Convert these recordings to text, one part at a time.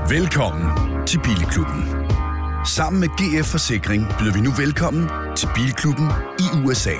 Velkommen til Bilklubben. Sammen med GF Forsikring byder vi nu velkommen til Bilklubben i USA.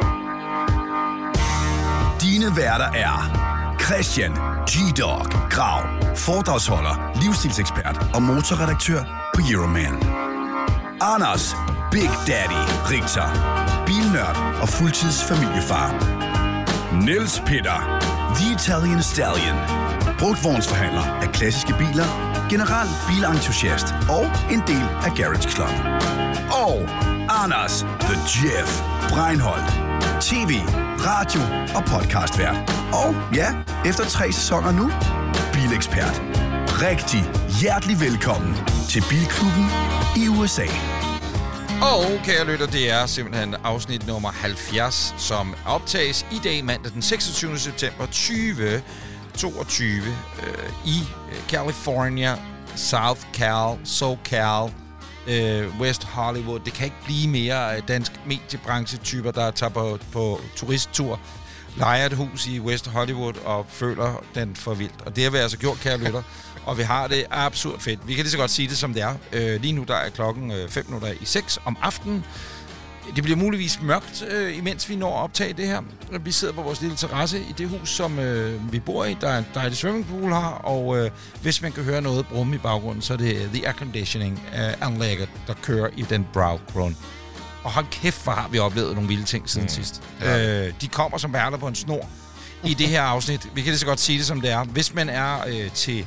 Dine værter er Christian G-Dog Grav, foredragsholder, livsstilsekspert og motorredaktør på Euroman. Anders Big Daddy Richter, bilnørd og fuldtidsfamiliefar. Niels Peter, The Italian Stallion, brugtvognsforhandler af klassiske biler, general bilentusiast og en del af Garage Club. Og Anders The Jeff Breinholt, tv, radio og podcastvært. Og ja, efter 3 sæsoner nu, bilekspert. Rigtig hjertelig velkommen til Bilklubben i USA. Og kære lytter, det er simpelthen afsnit nummer 70, som optages i dag mandag den 26. september 2022 i California, South Cal, SoCal, West Hollywood. Det kan ikke blive mere dansk mediebranchetyper, der tager på turisttur, lejer et hus i West Hollywood og føler den for vildt. Og det har vi altså gjort, kære lytter. Og vi har det absurd fedt. Vi kan lige så godt sige det, som det er. Lige nu der er klokken 5:05 om aftenen. Det bliver muligvis mørkt, imens vi når at optage det her. Vi sidder på vores lille terrasse i det hus, som vi bor i. Der er et swimmingpool her, og hvis man kan høre noget brumme i baggrunden, så er det the air conditioning anlægget, der kører i den browgrund. Og hold kæft, hvor har vi oplevet nogle vilde ting siden sidst. Ja. De kommer som værter på en snor i det her afsnit. Vi kan lige så godt sige det, som det er. Hvis man er til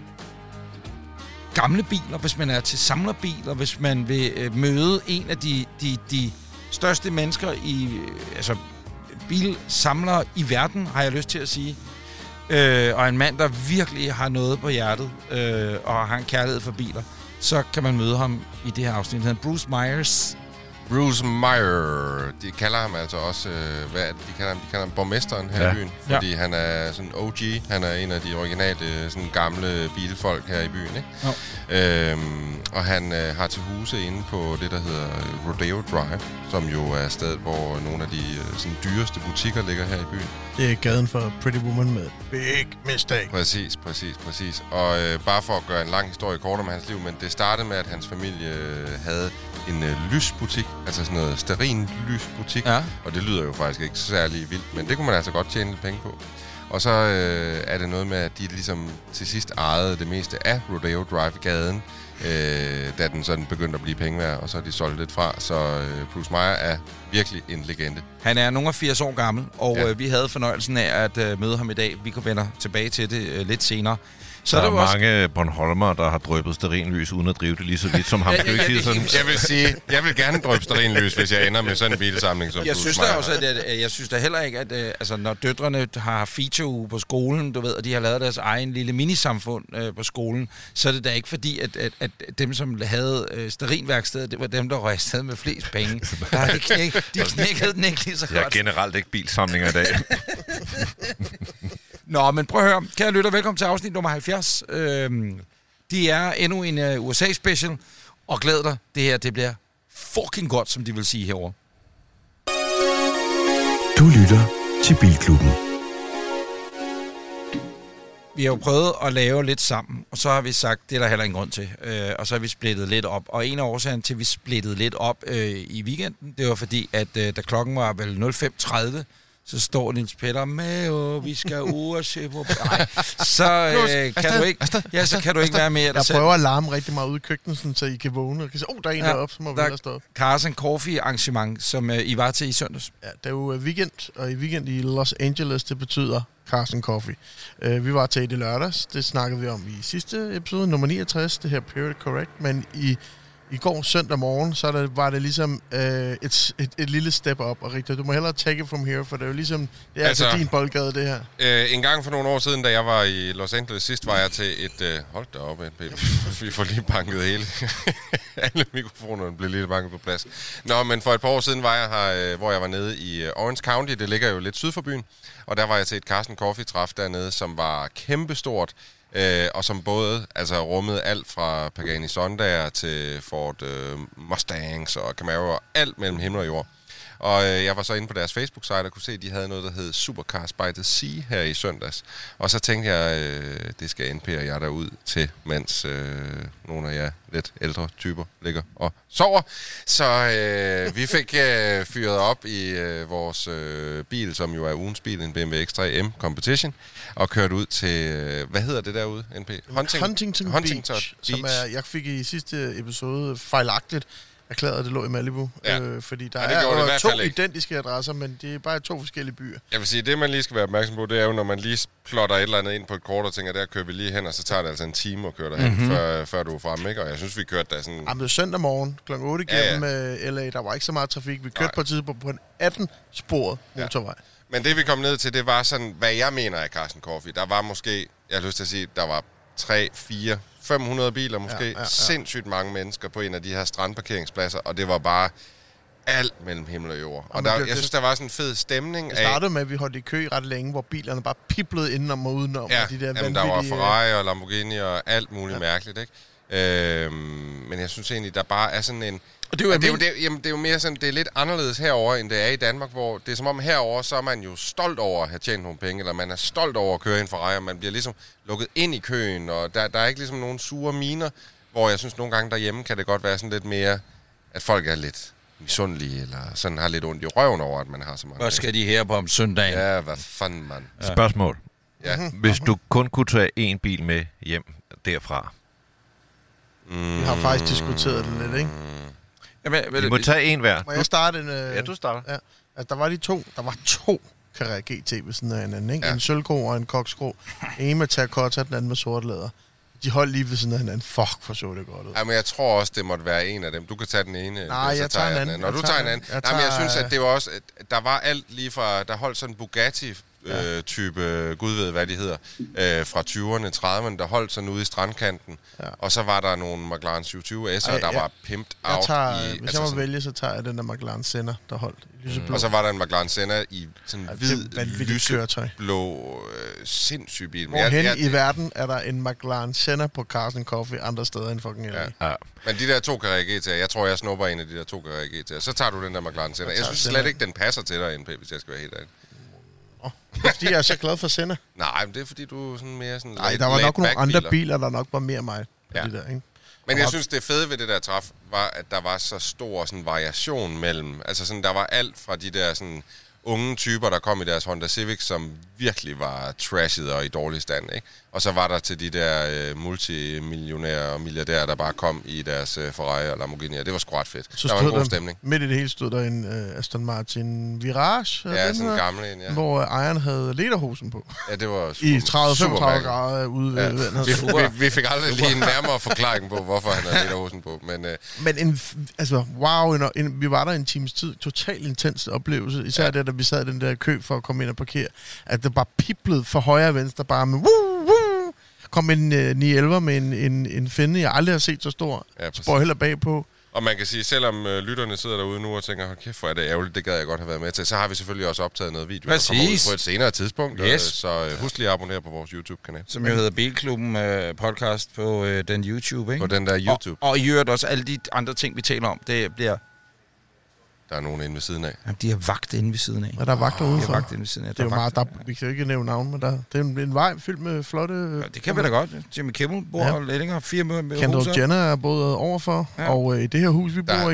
gamle biler, hvis man er til samlerbiler, hvis man vil møde en af de største mennesker i bilsamlere i verden, har jeg lyst til at sige. Og en mand, der virkelig har noget på hjertet og har en kærlighed for biler, så kan man møde ham i det her afsnit. Han hedder Bruce Myers. Bruce Meyer, de kalder ham altså også, hvad er det, de kalder ham borgmesteren her i byen, fordi han er sådan OG, han er en af de originale sådan gamle bilfolk her i byen, ikke? Og han har til huse inde på det, der hedder Rodeo Drive, som jo er stedet, hvor nogle af de sådan dyreste butikker ligger her i byen. Det er gaden for Pretty Woman med Big Mistake. Præcis. Og bare for at gøre en lang historie kort om hans liv, men det startede med, at hans familie havde en lysbutik, altså sådan noget stearinlysbutik, og det lyder jo faktisk ikke særlig vildt, men det kunne man altså godt tjene lidt penge på. Og så er det noget med, at de ligesom til sidst ejede det meste af Rodeo Drive-gaden, da den sådan begyndte at blive penge værd, og så er de solgt lidt fra, så Bruce Meyer er virkelig en legende. Han er nogle af 80 år gammel, og vi havde fornøjelsen af at møde ham i dag. Vi vender tilbage til det lidt senere. Så der er mange Bornholmer, der har drøbet stearinlys uden at drive det lige så vidt som ham. Jeg vil gerne drøbe stearinlys, hvis jeg ender med sådan en bilsamling som Bruce Meyer. Jeg synes da heller ikke, at når døtrene har featureuge på skolen, du ved, og de har lavet deres egen lille minisamfund på skolen, så er det da ikke fordi, at dem, som havde stearinværkstedet, det var dem, der røg afsted med flest penge. De knækkede den ikke lige så godt. Jeg er generelt ikke bilsamlinger i dag. Nå, men prøv at høre. Kære lytter, velkommen til afsnit nummer 70. Det er endnu en USA-special, og glæd dig, det her det bliver fucking godt, som de vil sige herovre. Du lytter til Bilklubben. Vi har jo prøvet at lave lidt sammen, og så har vi sagt, det er der heller ingen grund til. Og så har vi splittet lidt op. Og en af årsagen til, at vi splittede lidt op i weekenden, det var fordi, at da klokken var vel 05:30, så står Niels Peter med, vi skal ud og se på... Nej, så kan du ikke være med. Jeg prøver at larme rigtig meget ude i køkkenet, sådan, så I kan vågne og kan sige, der er en deroppe, så må vi ellers stå op. Carson Coffee arrangement, som I var til i søndags. Ja, det er jo weekend, og i weekend i Los Angeles, det betyder Carson Coffee. Vi var til det lørdags, det snakkede vi om i sidste episode, nummer 69, det her Period Correct, men i går søndag morgen, så var det ligesom et lille step up, og Richter, du må hellere take it from here, for det er jo ligesom, det er altså din boldgade, det her. En gang for nogle år siden, da jeg var i Los Angeles sidst, var jeg til et... hold da op, Peter. Vi får lige banket alle mikrofonerne blev lige banket på plads. Nå, men for et par år siden var jeg her, hvor jeg var nede i Orange County, det ligger jo lidt syd for byen, og der var jeg til et Carson Coffee-træf dernede, som var kæmpestort, og som både rummede alt fra Pagani Zondaer til Ford Mustangs og Camaro og alt mellem himmel og jord. Og jeg var så inde på deres Facebook-site og kunne se, at de havde noget, der hed Supercars by the Sea her i søndags. Og så tænkte jeg, det skal NP og jeg derud til, mens nogle af jer lidt ældre typer ligger og sover. Så vi fik fyret op i vores bil, som jo er ugens bil, en BMW X3 M Competition, og kørt ud til, hvad hedder det derude, NP? Huntington Beach, som jeg fik i sidste episode fejlagtigt erklæret, at det lå i Malibu. Ja. Fordi der er to identiske adresser, men det er bare 2 forskellige byer. Jeg vil sige, det man lige skal være opmærksom på, det er jo, når man lige plotter et eller andet ind på et kort og tænker, der kører vi lige hen, og så tager det altså en time at køre derhen, før du er fremme, ikke? Og jeg synes, vi kørte der sådan... Jamen, det er søndag morgen kl. 8 gennem LA. Der var ikke så meget trafik. Vi kørte på et tidspunkt på en 18-sporet motorvej. Men det, vi kom ned til, det var sådan, hvad jeg mener af Carsten Coffey. Der var måske, jeg har lyst til at sige, der var 3, 4, 500 biler måske. Sindssygt mange mennesker på en af de her strandparkeringspladser, og det var bare alt mellem himmel og jord. Og jeg synes, der var sådan en fed stemning. Det startede med, at vi holdt i kø ret længe, hvor bilerne bare piblede indenom og udenom. Ja, og de der der var Ferrari og Lamborghini og alt muligt mærkeligt, ikke? Men jeg synes egentlig, der bare er sådan en... Og det er jo mere sådan, det er lidt anderledes herover end det er i Danmark, hvor det er som om herover så er man jo stolt over at have tjent nogle penge, eller man er stolt over at køre en Ferrari, og man bliver ligesom lukket ind i køen, og der er ikke ligesom nogen sure miner, hvor jeg synes nogle gange derhjemme kan det godt være sådan lidt mere, at folk er lidt misundelige, eller sådan har lidt ondt i røven over, at man har så mange. Hvad skal de her på om søndagen? Ja, hvad fanden, mand. Ja. Spørgsmål. Ja. Hvis du kun kunne tage én bil med hjem derfra. Vi har faktisk diskuteret det lidt, ikke? Vi må tage en hver. Må jeg starte en... Ja, du starter. Ja. Altså, der var to Carrera GT ved sådan af hinanden, ikke? Ja. En sølvgrå og en koksgrå. En med terracotta, den anden med sort læder. De holdt lige ved siden af hinanden. Fuck, for så det godt ud. Jamen, jeg tror også, det måtte være en af dem. Du kan tage den ene. Nej, jeg tager en anden. Når du tager en anden. Jamen, jeg synes, at det var også... Der var alt lige fra... Der holdt sådan en Bugatti... type, gud ved hvad de hedder, fra 20'erne, 30'erne, der holdt sådan ude i strandkanten. Ja. Og så var der nogle McLaren 720 S'er, der var pimped out. Hvis jeg må vælge, så tager jeg den der McLaren Senna, der holdt i lyseblå. Og så var der en McLaren Senna i sådan hvid, lyseblå, sindssyg bil. Hvorhen i verden er der en McLaren Senna på Carsten Coffey andre steder end fucking LA. Ja. Men de der 2 Carrera GT'er, jeg tror, jeg snupper en af de der 2 Carrera GT'er. Så tager du den der McLaren Senna. Jeg synes slet ikke, den passer til dig, NP, hvis jeg skal være helt ærlig. Fordi jeg er så glad for Senna. Nej, men det er fordi, du er sådan mere sådan... Nej, der var nok nogle andre biler, der nok var mere mig. Ja. Det der, ikke? Men jeg synes, det fede ved det der træf, var, at der var så stor sådan variation mellem... Altså sådan, der var alt fra de der sådan unge typer, der kom i deres Honda Civic, som virkelig var trashed og i dårlig stand, ikke? Og så var der til de der multimillionærer og milliardærer, der bare kom i deres Ferrari og Lamborghini, og det var sgu ret fedt. Så der var en god stemning. Midt i det hele stod der en Aston Martin Virage. Ja, sådan en gammel en, ja. Hvor ejeren havde lederhosen på. Ja, det var i 30-35 grader ude ved vi fik aldrig lige en nærmere forklaring på, hvorfor han havde lederhosen på. Men vi var der en times tid. Totalt intens oplevelse. Især da vi sad i den der kø for at komme ind og parkere. At det bare piblede for højre og venstre bare med kom en 911 med en fende, jeg aldrig har set så stor. Ja, spår heller bagpå. Og man kan sige, selvom lytterne sidder derude nu og tænker, hold kæft, hvor er det ærgerligt, det gad jeg godt have været med til, så har vi selvfølgelig også optaget noget video, der kommer ud på et senere tidspunkt. Yes. Så husk lige at abonnere på vores YouTube-kanal. Som jo hedder Bilklubben podcast på den YouTube, ikke? På den der YouTube. Og i øvrigt også alle de andre ting, vi taler om, det bliver... Der er nogen inde ved siden af. Jamen, de har vagt inde ved siden af. Og der er vagter udenfor. Det er jo meget, vi kan jo ikke nævne navn, men det er en vej fyldt med flotte... Ja, det kan vi da godt. Jimmy Kimmel bor lidt længere. 4 med Kendall Jenner er både overfor, og i det her hus, vi bor i,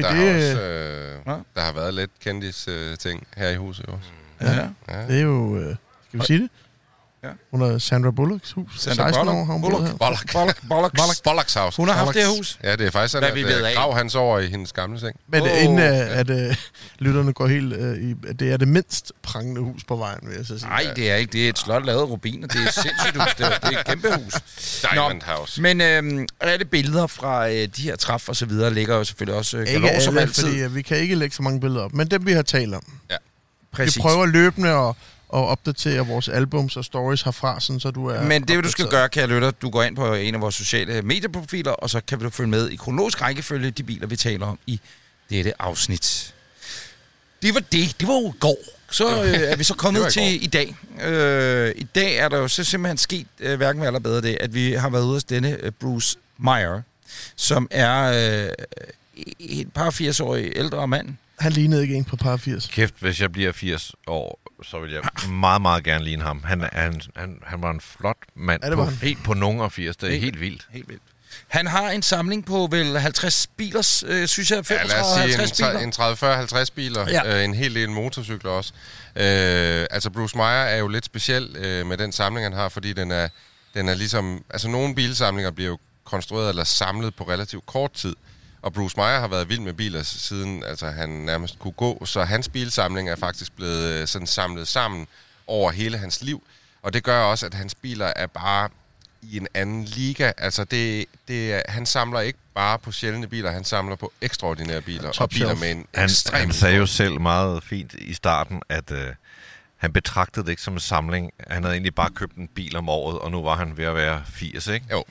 der har været lidt kendis-ting her i huset også. Ja. Det er jo... Skal vi sige det? Ja. Hun er Sandra Bullocks hus. 16 år har hun boet her. Bullocks house. Hun har haft det her hus. Ja, det er faktisk sådan, at Grav han sover i hendes gamle seng. Men inden at lytterne går helt det er det mindst prangende hus på vejen, vil jeg så sige. Nej, det er ikke. Det er et slot lavet af rubiner. Det er sindssygt hus. Det er et kæmpe hus. Diamond House. Men alle billeder fra de her træf og så videre ligger jo selvfølgelig også galore som altid. Fordi vi kan ikke lægge så mange billeder op. Men dem, vi har talt om. Ja. Præcis. Vi prøver løbende og opdatere vores albums og stories herfra, sådan, så du er... Men det, du skal gøre, kære lytter, du går ind på en af vores sociale medieprofiler, og så kan du følge med i kronologisk rækkefølge de biler, vi taler om i dette afsnit. Det var det. Det var jo i går. Så er vi så kommet til i dag. I dag er der jo så simpelthen sket hverken med eller bedre det, at vi har været ude hos denne Bruce Meyer, som er et par 80-årige ældre mand. Han lignede ikke en på par 80. Kæft, hvis jeg bliver 80 år, så vil jeg meget, meget gerne ligne ham. Han var en flot mand, helt på nogen af 80. Det er helt vildt. Helt vildt. Han har en samling på vel 50 biler, synes jeg. 35, lad os sige en 30-40-50 biler. En hel del motorcykler også. Altså Bruce Meyer er jo lidt speciel med den samling, han har, fordi den er ligesom... Altså nogle bilsamlinger bliver jo konstrueret eller samlet på relativt kort tid. Og Bruce Meyer har været vild med biler siden han nærmest kunne gå, så hans bilsamling er faktisk blevet sådan samlet sammen over hele hans liv. Og det gør også, at hans biler er bare i en anden liga. Altså han samler ikke bare på sjældne biler, han samler på ekstraordinære biler. Og biler med en ekstrem... Han sagde jo selv meget fint i starten, at... Han betragtede det ikke som en samling. Han havde egentlig bare købt en bil om året, og nu var han ved at være 80, ikke? Jo.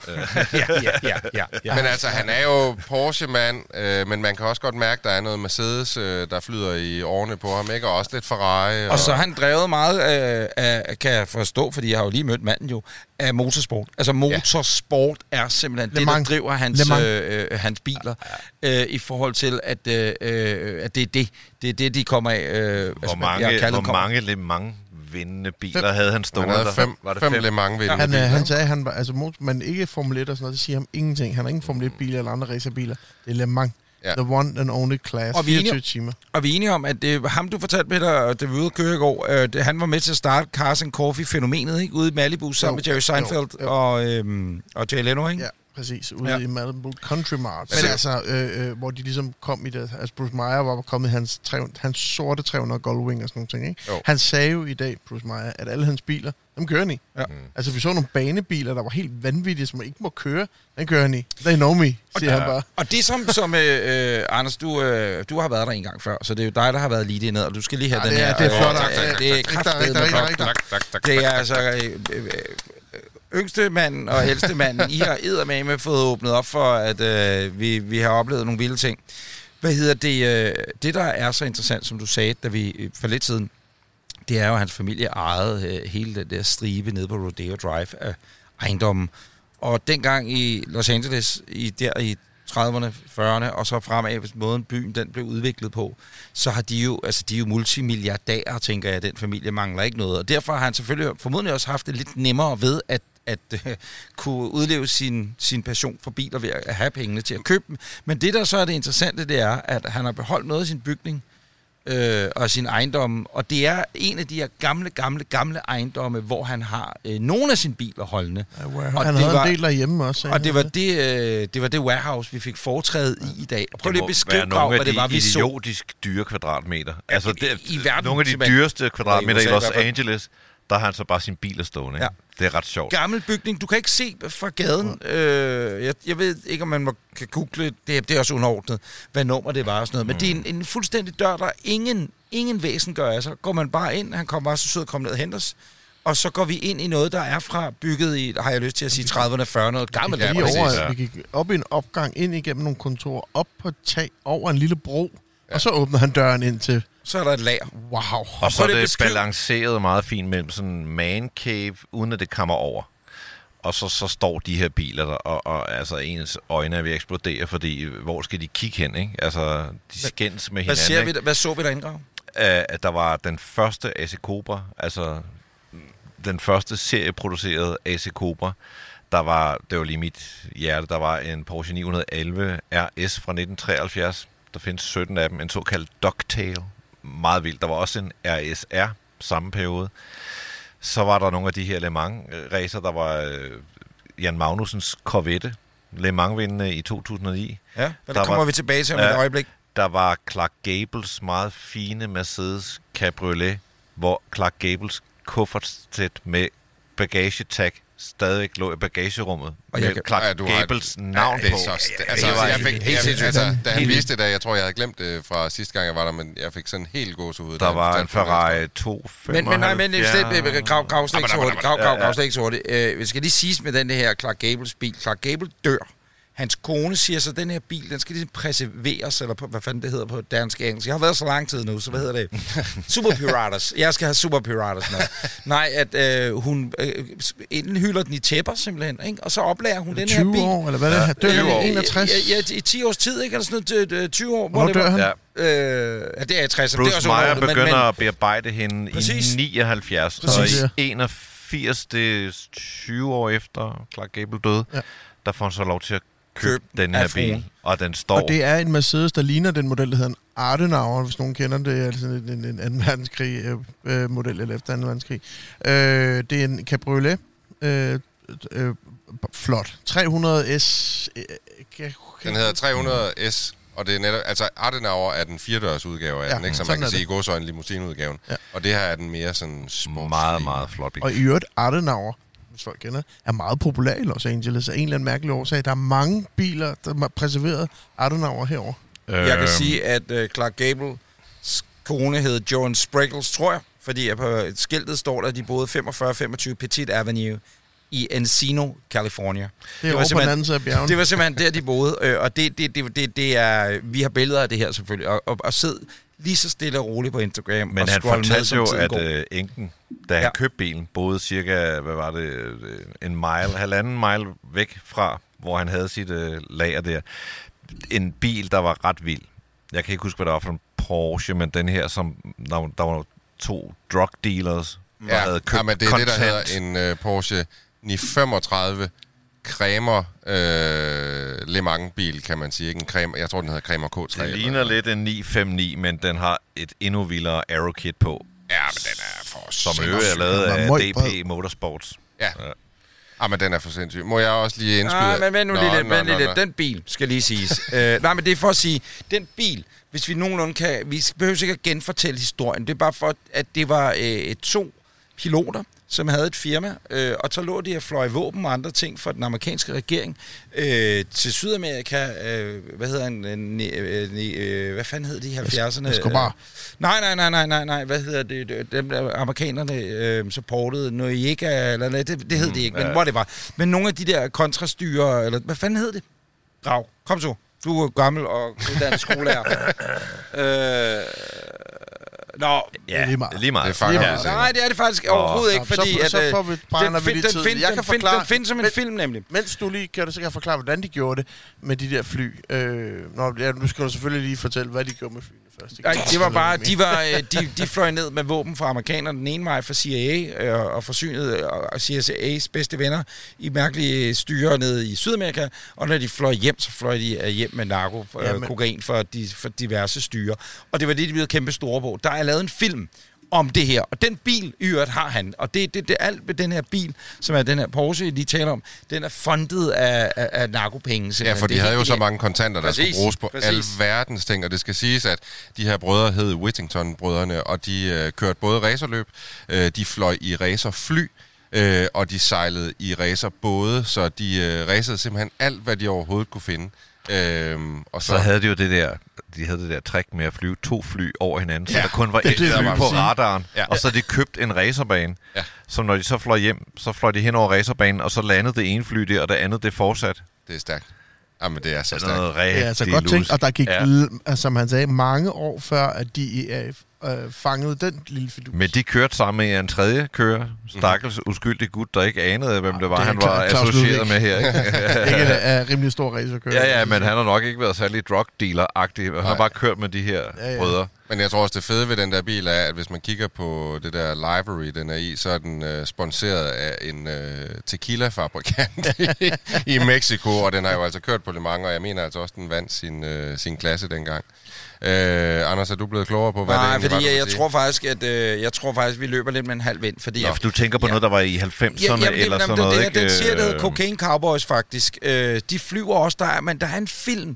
Ja. Men altså, han er jo Porsche-mand, men man kan også godt mærke, at der er noget Mercedes, der flyder i årene på ham, ikke? Og også lidt Ferrari. Og så har han drevet meget af, kan jeg forstå, fordi jeg har jo lige mødt manden jo, af motorsport. Altså motorsport er simpelthen det, der driver hans biler, i forhold til, at det er det, de kommer af. Hvor mange Le Mans vindende biler havde han stående? Han havde fem Le Mans vindende biler. Han sagde, han var, altså men ikke Formel 1 og sådan noget, det siger ham ingenting. Han har ingen Formel 1-biler eller andre racerbiler. Det er Le Mans. Ja. The one and only class, og 24 timer. Og vi er enige om, at det ham, du fortalte med dig, da vi var ude at køre i går, han var med til at starte Cars and Coffee-fænomenet, ikke? Ude i Malibu sammen med Jerry Seinfeld og Jay Leno, ikke? Ja, præcis. Ude i Malibu Country Mart. Men altså, hvor de ligesom kom i det. Altså, Bruce Meyer var kommet i hans sorte 300 Gullwing og sådan nogle ting, ikke? Jo. Han sagde jo i dag, Bruce Meyer, at alle hans biler, dem kører han i. Ja. Altså, vi så nogle banebiler, der var helt vanvittige, som man ikke må køre. Den kører han i. They know me, siger han bare. Og det som Anders, du har været der en gang før, så det er jo dig, der har været lige ned, og du skal lige have den her. Det er flot. Det er kraftedeme flot. Det er altså... yngste mand og ældste mand, I har eddermame fået åbnet op for, at vi har oplevet nogle vilde ting. Hvad hedder det? Det, der er så interessant, som du sagde, da vi for lidt siden, det er jo, at hans familie ejede hele den der stribe nede på Rodeo Drive af ejendommen. Og dengang i Los Angeles, i 30'erne, 40'erne, og så fremad, hvis måden byen den blev udviklet på, så har de er jo multimilliardærer, tænker jeg, den familie mangler ikke noget. Og derfor har han selvfølgelig formodentlig også haft det lidt nemmere ved at kunne udleve sin passion for biler ved at have pengene til at købe dem. Men det, der så er det interessante, det er, at han har beholdt noget af sin bygning og sin ejendomme, og det er en af de her gamle ejendomme, hvor han har nogle af sine biler holdende. Ja, han havde en del derhjemme også. Og det var det warehouse, vi fik foretrædet i dag. Og prøv lige at beskrive, nogle hvad det var, vi så. idiotisk dyre kvadratmeter. Altså, i verden, nogle af de dyreste kvadratmeter i Los Angeles, der har han så bare sin biler stående. Ja. Det er ret sjovt. Gammel bygning. Du kan ikke se fra gaden. Jeg ved ikke, om man kan google. Det er også underordnet, hvad nummer det var og sådan noget. Men det er en fuldstændig dør, der ingen væsen gør af sig. Går man bare ind, han kommer bare så sød at komme ned og hente os. Og så går vi ind i noget, der er fra bygget i, har jeg lyst til at sige, 30'erne, 40'erne, noget gammelt. Vi gik op i en opgang, ind igennem nogle kontorer, op på tag, over en lille bro, og så åbner han døren ind til... Så er der et lager. Wow. Og så er det balanceret meget fint mellem sådan en man cave, uden at det kommer over. Og så står de her biler der, og altså ens øjne er ved at eksplodere, fordi hvor skal de kigge hen, ikke? Altså, de skændes med hinanden. Hvad så vi derinde, Grav? At der var den første AC Cobra, altså den første serieproducerede AC Cobra. Det var lige mit hjerte, der var en Porsche 911 RS fra 1973. Der findes 17 af dem, en såkaldt Dogtail. Meget vildt. Der var også en RSR samme periode. Så var der nogle af de her Le Mans-racer. Der var Jan Magnusens Corvette, Le Mans-vindende i 2009. Ja, men der kommer vi tilbage til om et øjeblik. Der var Clark Gables meget fine Mercedes Cabriolet, hvor Clark Gables kuffertsæt med bagagetag stadig lå i bagagerummet. Og med Clark Gables navn på. Da han viste det, jeg tror, jeg havde glemt det fra sidste gang, jeg var der, men jeg fik sådan helt gåsehud. Der var en Ferrari 295. Grav slet ikke så hurtigt. Vi skal lige sige med den her Clark Gables bil. Clark Gable dør. Hans kone siger så, at den her bil, den skal ligesom preserveres, eller på, hvad fanden det hedder på dansk og engelsk. Jeg har været så lang tid nu, så hvad hedder det? Super Piratas. Jeg skal have Super Piratas med. Nej, at hun indhylder den i tæpper simpelthen, ikke? Og så oplærer hun den her bil. 20 år, eller hvad er det her? Dør 61? Ja, i 10 års tid, ikke? Eller sådan noget, 20 år. Hvornår dør han? Ja. Det er 60. Bruce Meyer begynder at bearbejde hende Præcis. i 79, Præcis. og i 81, det er 20 år efter Clark Gable døde, der får han så lov til at købe den her bil, og den står... Og det er en Mercedes, der ligner den model, der hedder en Adenauer, hvis nogen kender det, altså en 2. verdenskrig-model, eller efter 2. verdenskrig. Det er en cabriolet, flot. 300S... Den hedder 300S, og det er netop... Altså, Adenauer er den 4-dørs udgave af den, ikke? Som man kan se i godsøjne limousineudgaven. Ja. Og det her er den mere sådan sportslige. Meget, meget flot bil. Og i øvrigt, Adenauer, hvis folk kender, er meget populær i Los Angeles af en eller anden mærkelig årsag. Der er mange biler, der er preserveret Adenauer herovre. Jeg kan sige, at Clark Gables kone hed Joan Spriggles, tror jeg, fordi på skiltet står der, at de boede 45-25 Petit Avenue i Encino, California. Det er over på den anden side af bjergen. Det var simpelthen der, de boede, og det er... Vi har billeder af det her selvfølgelig, og sid lige så stille og roligt på Instagram. Men han fortalte jo, at enken, da han købte bilen, boede cirka, hvad var det, en mile, 1,5 mile væk fra, hvor han havde sit lager der. En bil, der var ret vild. Jeg kan ikke huske, hvad der var for en Porsche, men den her, som der var 2 drug dealers, der havde købt men det er kontant. Det, der hedder en Porsche 935 Kramer Le Mans-bil, kan man sige. Ikke en Kramer, jeg tror, den hedder Kramer K3. Det ligner lidt en 959, men den har et endnu vildere aero-kit på. Ja, men den er for som er lavet af DP Motorsports. Ja. Men den er for sindssyg. Må jeg også lige indskyde... Nej, men vent nu lidt. Den bil skal lige siges. Nej, men det er for at sige, den bil, hvis vi nogenlunde kan... Vi behøver sikkert genfortælle historien. Det er bare for, at det var 2 piloter, som havde et firma, og så lå de at fløje våben og andre ting for den amerikanske regering til Sydamerika. Hvad hedder hvad fanden hed det i 70'erne? Escobar. Nej. Hvad hedder det? Dem der amerikanerne supportede Noriega, eller det hed det ikke, men hvor det var. Men nogle af de der kontrastyrer, eller hvad fanden hed det? Grav, kom så. Du er gammel og uddannet skolelærer. Ja, lige meget. Nej, det er det faktisk overhovedet ikke, fordi så får vi brænder vi lige tid. Jeg kan forklare, den findes som en film, nemlig. Mens du lige kan jeg forklare, hvordan de gjorde det med de der fly. Nu skal du selvfølgelig lige fortælle, hvad de gjorde med flyene først. Det var bare, de fløj ned med våben fra amerikanerne den ene vej fra CIA og forsynede CIA's bedste venner i mærkelige styrer nede i Sydamerika, og når de fløj hjem, så fløj de hjem med kokain for diverse styrer. Og det var det, de blev kæmpe store på. Der er lavet en film om det her, og den bil i øvrigt har han, og det alt med den her bil, som er den her Porsche, de taler om, den er fundet af narkopenge. Ja, for de havde jo så mange kontanter, der skulle bruges på alverdens ting, og det skal siges, at de her brødre hed Whittington-brødrene, og de kørte både racerløb, de fløj i racerfly, og de sejlede i racerbåde, så de racede simpelthen alt, hvad de overhovedet kunne finde. Og så havde de jo det der trick med at flyve 2 fly over hinanden, så der kun var et fly på radaren, og så de købt en racerbane, så når de så fløj hjem, så fløj de hen over racerbanen, og så landede det ene fly der, og det andet det fortsat. Det er stærkt. Jamen, det er så stærkt. Altså godt tænkt, og der gik, som han sagde, mange år før, at de fangede den lille fidus. Men de kørte sammen med en tredje kører, stakkels uskyldig gut, der ikke anede, hvem det var, han var associeret med her. Ikke? Ikke er rimelig stor racerkører. Ja, men han har nok ikke været særlig drug dealer-agtig. Han har bare kørt med de her brødre. Men jeg tror også, det fede ved den der bil er, at hvis man kigger på det der livery, den er i, så er den sponsoreret af en tequila-fabrikant i Mexico, og den har jo altså kørt på Le Mans, og jeg mener altså også, den vandt sin klasse dengang. Anders, er du blevet klogere på, hvad det egentlig var, jeg tror faktisk, vi løber lidt med en halv vind. Fordi du tænker på noget, der var i 90'erne eller sådan noget, ikke? Den siger, det hedder Cocaine Cowboys faktisk. De flyver også, der er en film.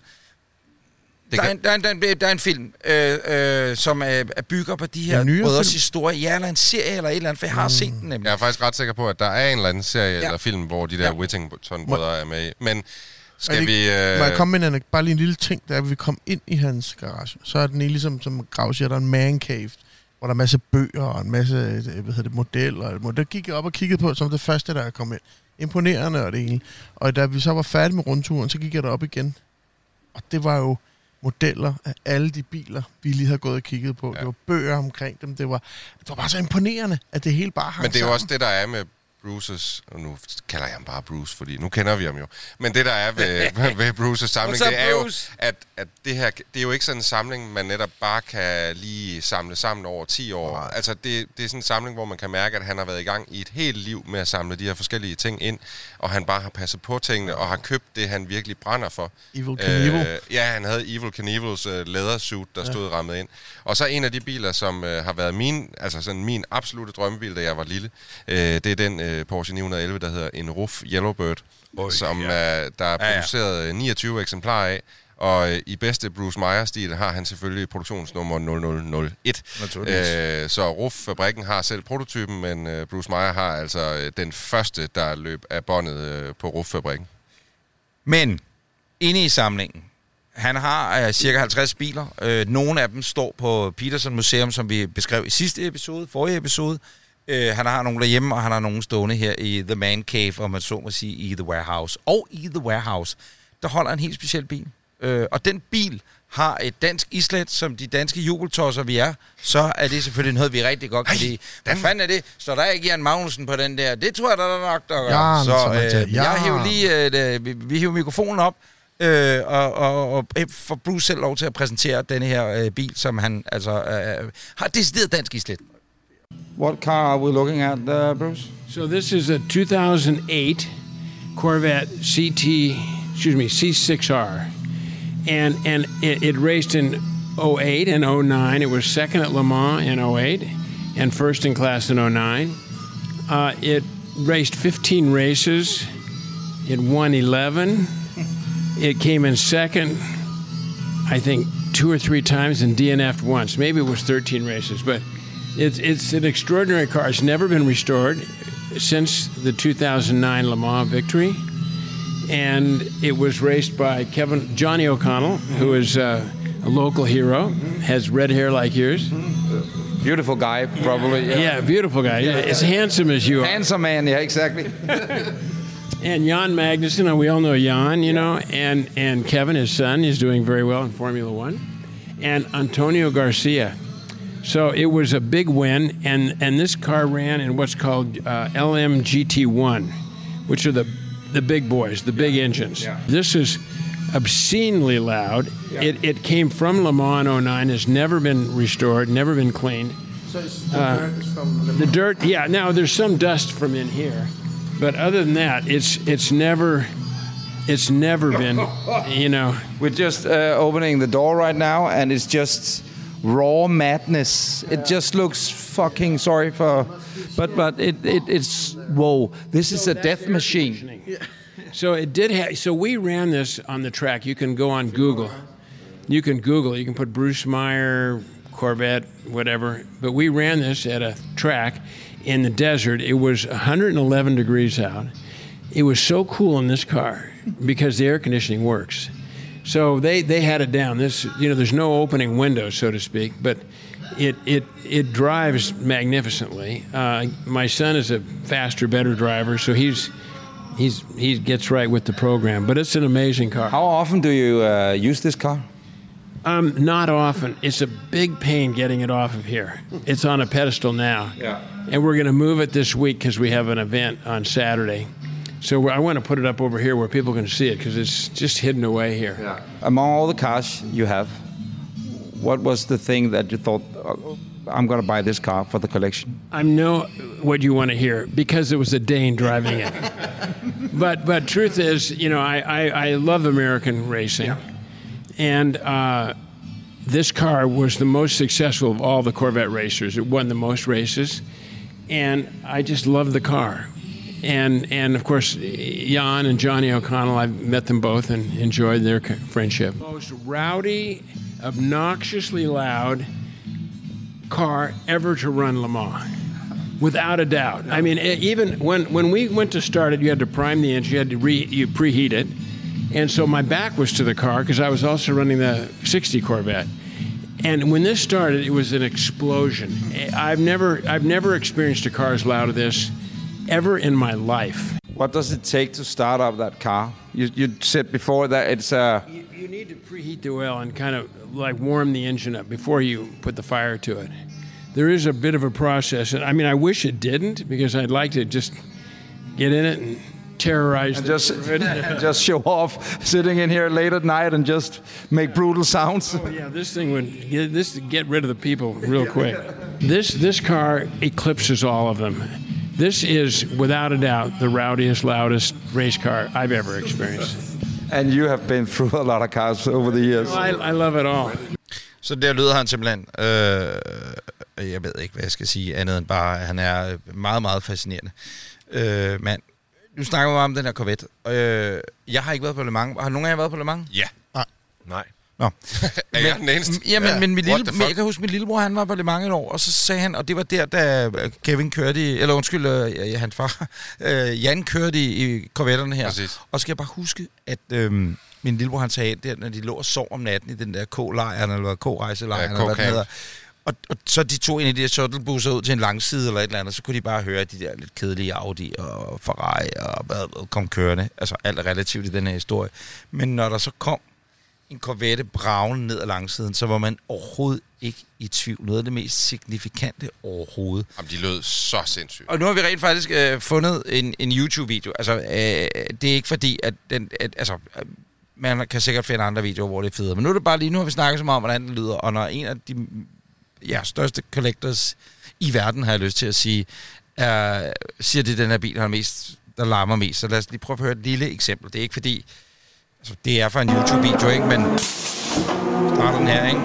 Der er en film, som bygger på de her brødres historie. Ja, eller en serie eller et eller andet, for jeg har set den nemlig. Jeg er faktisk ret sikker på, at der er en eller anden serie eller film, hvor de der Whittington-brødre er med i. Men skal vi... Må jeg komme med bare lige en lille ting, da vi kom ind i hans garage. Så er den ligesom, som Grav siger, der er en man cave, hvor der er en masse bøger og en masse modeller. Der gik jeg op og kiggede på, som det første, der er kommet ind. imponerende og det hele. Og da vi så var færdige med rundturen, så gik jeg derop igen. Og det var jo modeller af alle de biler, vi lige havde gået og kigget på. Ja. Det var bøger omkring dem. Det var bare så imponerende, at det hele bare hang Men det er jo sammen. også det, der er med Bruces, og nu kalder jeg ham bare Bruce, fordi nu kender vi ham jo. Men det, der er ved Bruces samling, det er jo, at det her, det er jo ikke sådan en samling, man netop bare kan lige samle sammen over 10 år. Nej. Altså, det er sådan en samling, hvor man kan mærke, at han har været i gang i et helt liv med at samle de her forskellige ting ind, og han bare har passet på tingene, og har købt det, han virkelig brænder for. Evil Knievel. Ja, han havde Evil Knievels lædersuit, der stod rammet ind. Og så en af de biler, som har været min absolute drømmebil, da jeg var lille, det er den Porsche 911, der hedder en RUF Yellowbird, som der er produceret 29 eksemplarer af. Og i bedste Bruce Meyer-stil har han selvfølgelig produktionsnummer 0001. Så RUF-fabrikken har selv prototypen, men Bruce Meyer har altså den første, der løb af båndet på RUF-fabrikken. Men inde i samlingen, han har cirka 50 biler. Nogle af dem står på Peterson Museum, som vi beskrev i forrige episode. Han har nogle derhjemme, og han har nogle stående her i The Man Cave, og man så må sige i The Warehouse. Og i The Warehouse, der holder en helt speciel bil. Og den bil har et dansk islet, som de danske jubeltosser vi er, så er det selvfølgelig noget, vi rigtig godt kan lide. Hvad fanden er det? Står der ikke Jan Magnussen på den der? Det tror jeg, der er nok, der gør. Så jeg hiver lige, vi hiver mikrofonen op, og får Bruce selv lov til at præsentere denne her bil, som han altså har decideret dansk islet. What car are we looking at, Bruce? So this is a 2008 Corvette C6R. And it raced in 08 and 09. It was second at Le Mans in 08 and first in class in 09. It raced 15 races. It won 11. It came in second, I think, 2 or 3 times and DNF'd once. Maybe it was 13 races, but it's an extraordinary car. It's never been restored since the 2009 Le Mans victory. And it was raced by Johnny O'Connell, who is a local hero, has red hair like yours. Beautiful guy, probably. Yeah, beautiful guy. Yeah. As handsome as you are. Handsome man, yeah, exactly. And Jan Magnussen, and we all know Jan, you know, and Kevin, his son, is doing very well in Formula One. And Antonio Garcia. So it was a big win, and this car ran in what's called LMGT1, which are the big boys, the big engines. Yeah. This is obscenely loud. Yeah. It came from Le Mans 09, has never been restored, never been cleaned. So the dirt is from the dirt, yeah. Now there's some dust from in here, but other than that, it's never been, you know. We're just opening the door right now, and it's just raw madness. Yeah. It just looks fucking sorry for, but it's whoa. This is a death machine. Yeah. So it did have. So we ran this on the track. You can go on Google. You can Google. You can put Bruce Meyer Corvette, whatever. But we ran this at a track in the desert. It was 111 degrees out. It was so cool in this car because the air conditioning works. So they had it down. This, you know, there's no opening window, so to speak, but it drives magnificently. My son is a faster, better driver, so he gets right with the program. But it's an amazing car. How often do you use this car? Not often. It's a big pain getting it off of here. It's on a pedestal now. Yeah. And we're going to move it this week because we have an event on Saturday. So I want to put it up over here where people can see it because it's just hidden away here. Yeah. Among all the cars you have, what was the thing that you thought, I'm going to buy this car for the collection? I know what you want to hear because it was a Dane driving it. But truth is, you know, I love American racing. Yeah. And this car was the most successful of all the Corvette racers. It won the most races. And I just love the car. And of course, Jan and Johnny O'Connell, I've met them both and enjoyed their friendship. Most rowdy, obnoxiously loud car ever to run Le Mans, without a doubt. I mean, even when we went to start it, you had to prime the engine, you had to preheat it. And so my back was to the car because I was also running the 60 Corvette. And when this started, it was an explosion. I've never experienced a car as loud as this ever in my life. What does it take to start up that car? You said before that it's a... You need to preheat the oil and kind of like warm the engine up before you put the fire to it. There is a bit of a process. I mean, I wish it didn't, because I'd like to just get in it and terrorize and just show off, sitting in here late at night and just make brutal sounds. Oh, yeah, this thing would get rid of the people real quick. This car eclipses all of them. This is, without a doubt, the rowdiest, loudest race car I've ever experienced. And you have been through a lot of cars over the years. I love it all. Så der lyder han simpelthen. Jeg ved ikke, hvad jeg skal sige, andet end bare, at han er meget, meget fascinerende mand. Nu snakker vi om den her Corvette. Jeg har ikke været på Le Mans. Har nogen af jer været på Le Mans? Ja. Nej. Nå. Er jeg den eneste? Ja, men jeg kan huske, min lillebror, han var på Le Mans et år, og så sagde han, og det var der, da Kevin kørte hans far, Jan kørte i Corvetterne her. Præcis. Og skal jeg bare huske, at min lillebror, han sagde, der, når de lå og sov om natten i den der K-lejren, eller K-rejselejren, eller hvad den hedder, og så de tog en af de der shuttlebusser ud til en langside eller et eller andet, så kunne de bare høre de der lidt kedelige Audi og Ferrari og hvad kom kørende. Altså alt er relativt i den her historie. Men når der så kom en Corvette bragende ned ad langsiden, så var man overhovedet ikke i tvivl. Noget af det mest signifikante overhovedet. Jamen, de lød så sindssygt. Og nu har vi rent faktisk fundet en YouTube-video. Altså, det er ikke fordi, at man kan sikkert finde andre videoer, hvor det er federe. Men nu er det bare lige, nu har vi snakket så meget om, hvordan den lyder. Og når en af de største collectors i verden, har jeg lyst til at sige, siger det, den her bil der larmer mest. Så lad os lige prøve at høre et lille eksempel. Det er ikke fordi, altså, det er fra en YouTube-video, ikke? Men starter den her, ikke?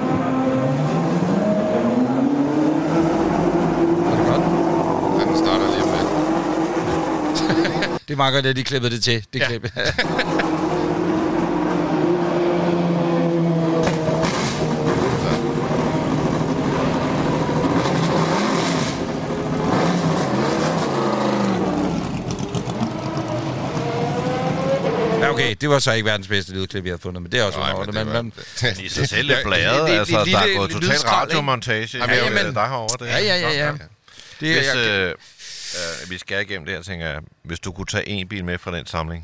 Er det godt? Den starter lige med. Det er meget godt, at de klippede det til. Det klippet. Okay, det var så ikke verdens bedste lydklip, vi havde fundet, men det er også underordnet. Men i sig selv er blæret, altså der er gået total radiomontage der herovre. Ja. Vi skal igennem det her, tænker jeg. Hvis du kunne tage en bil med fra den samling.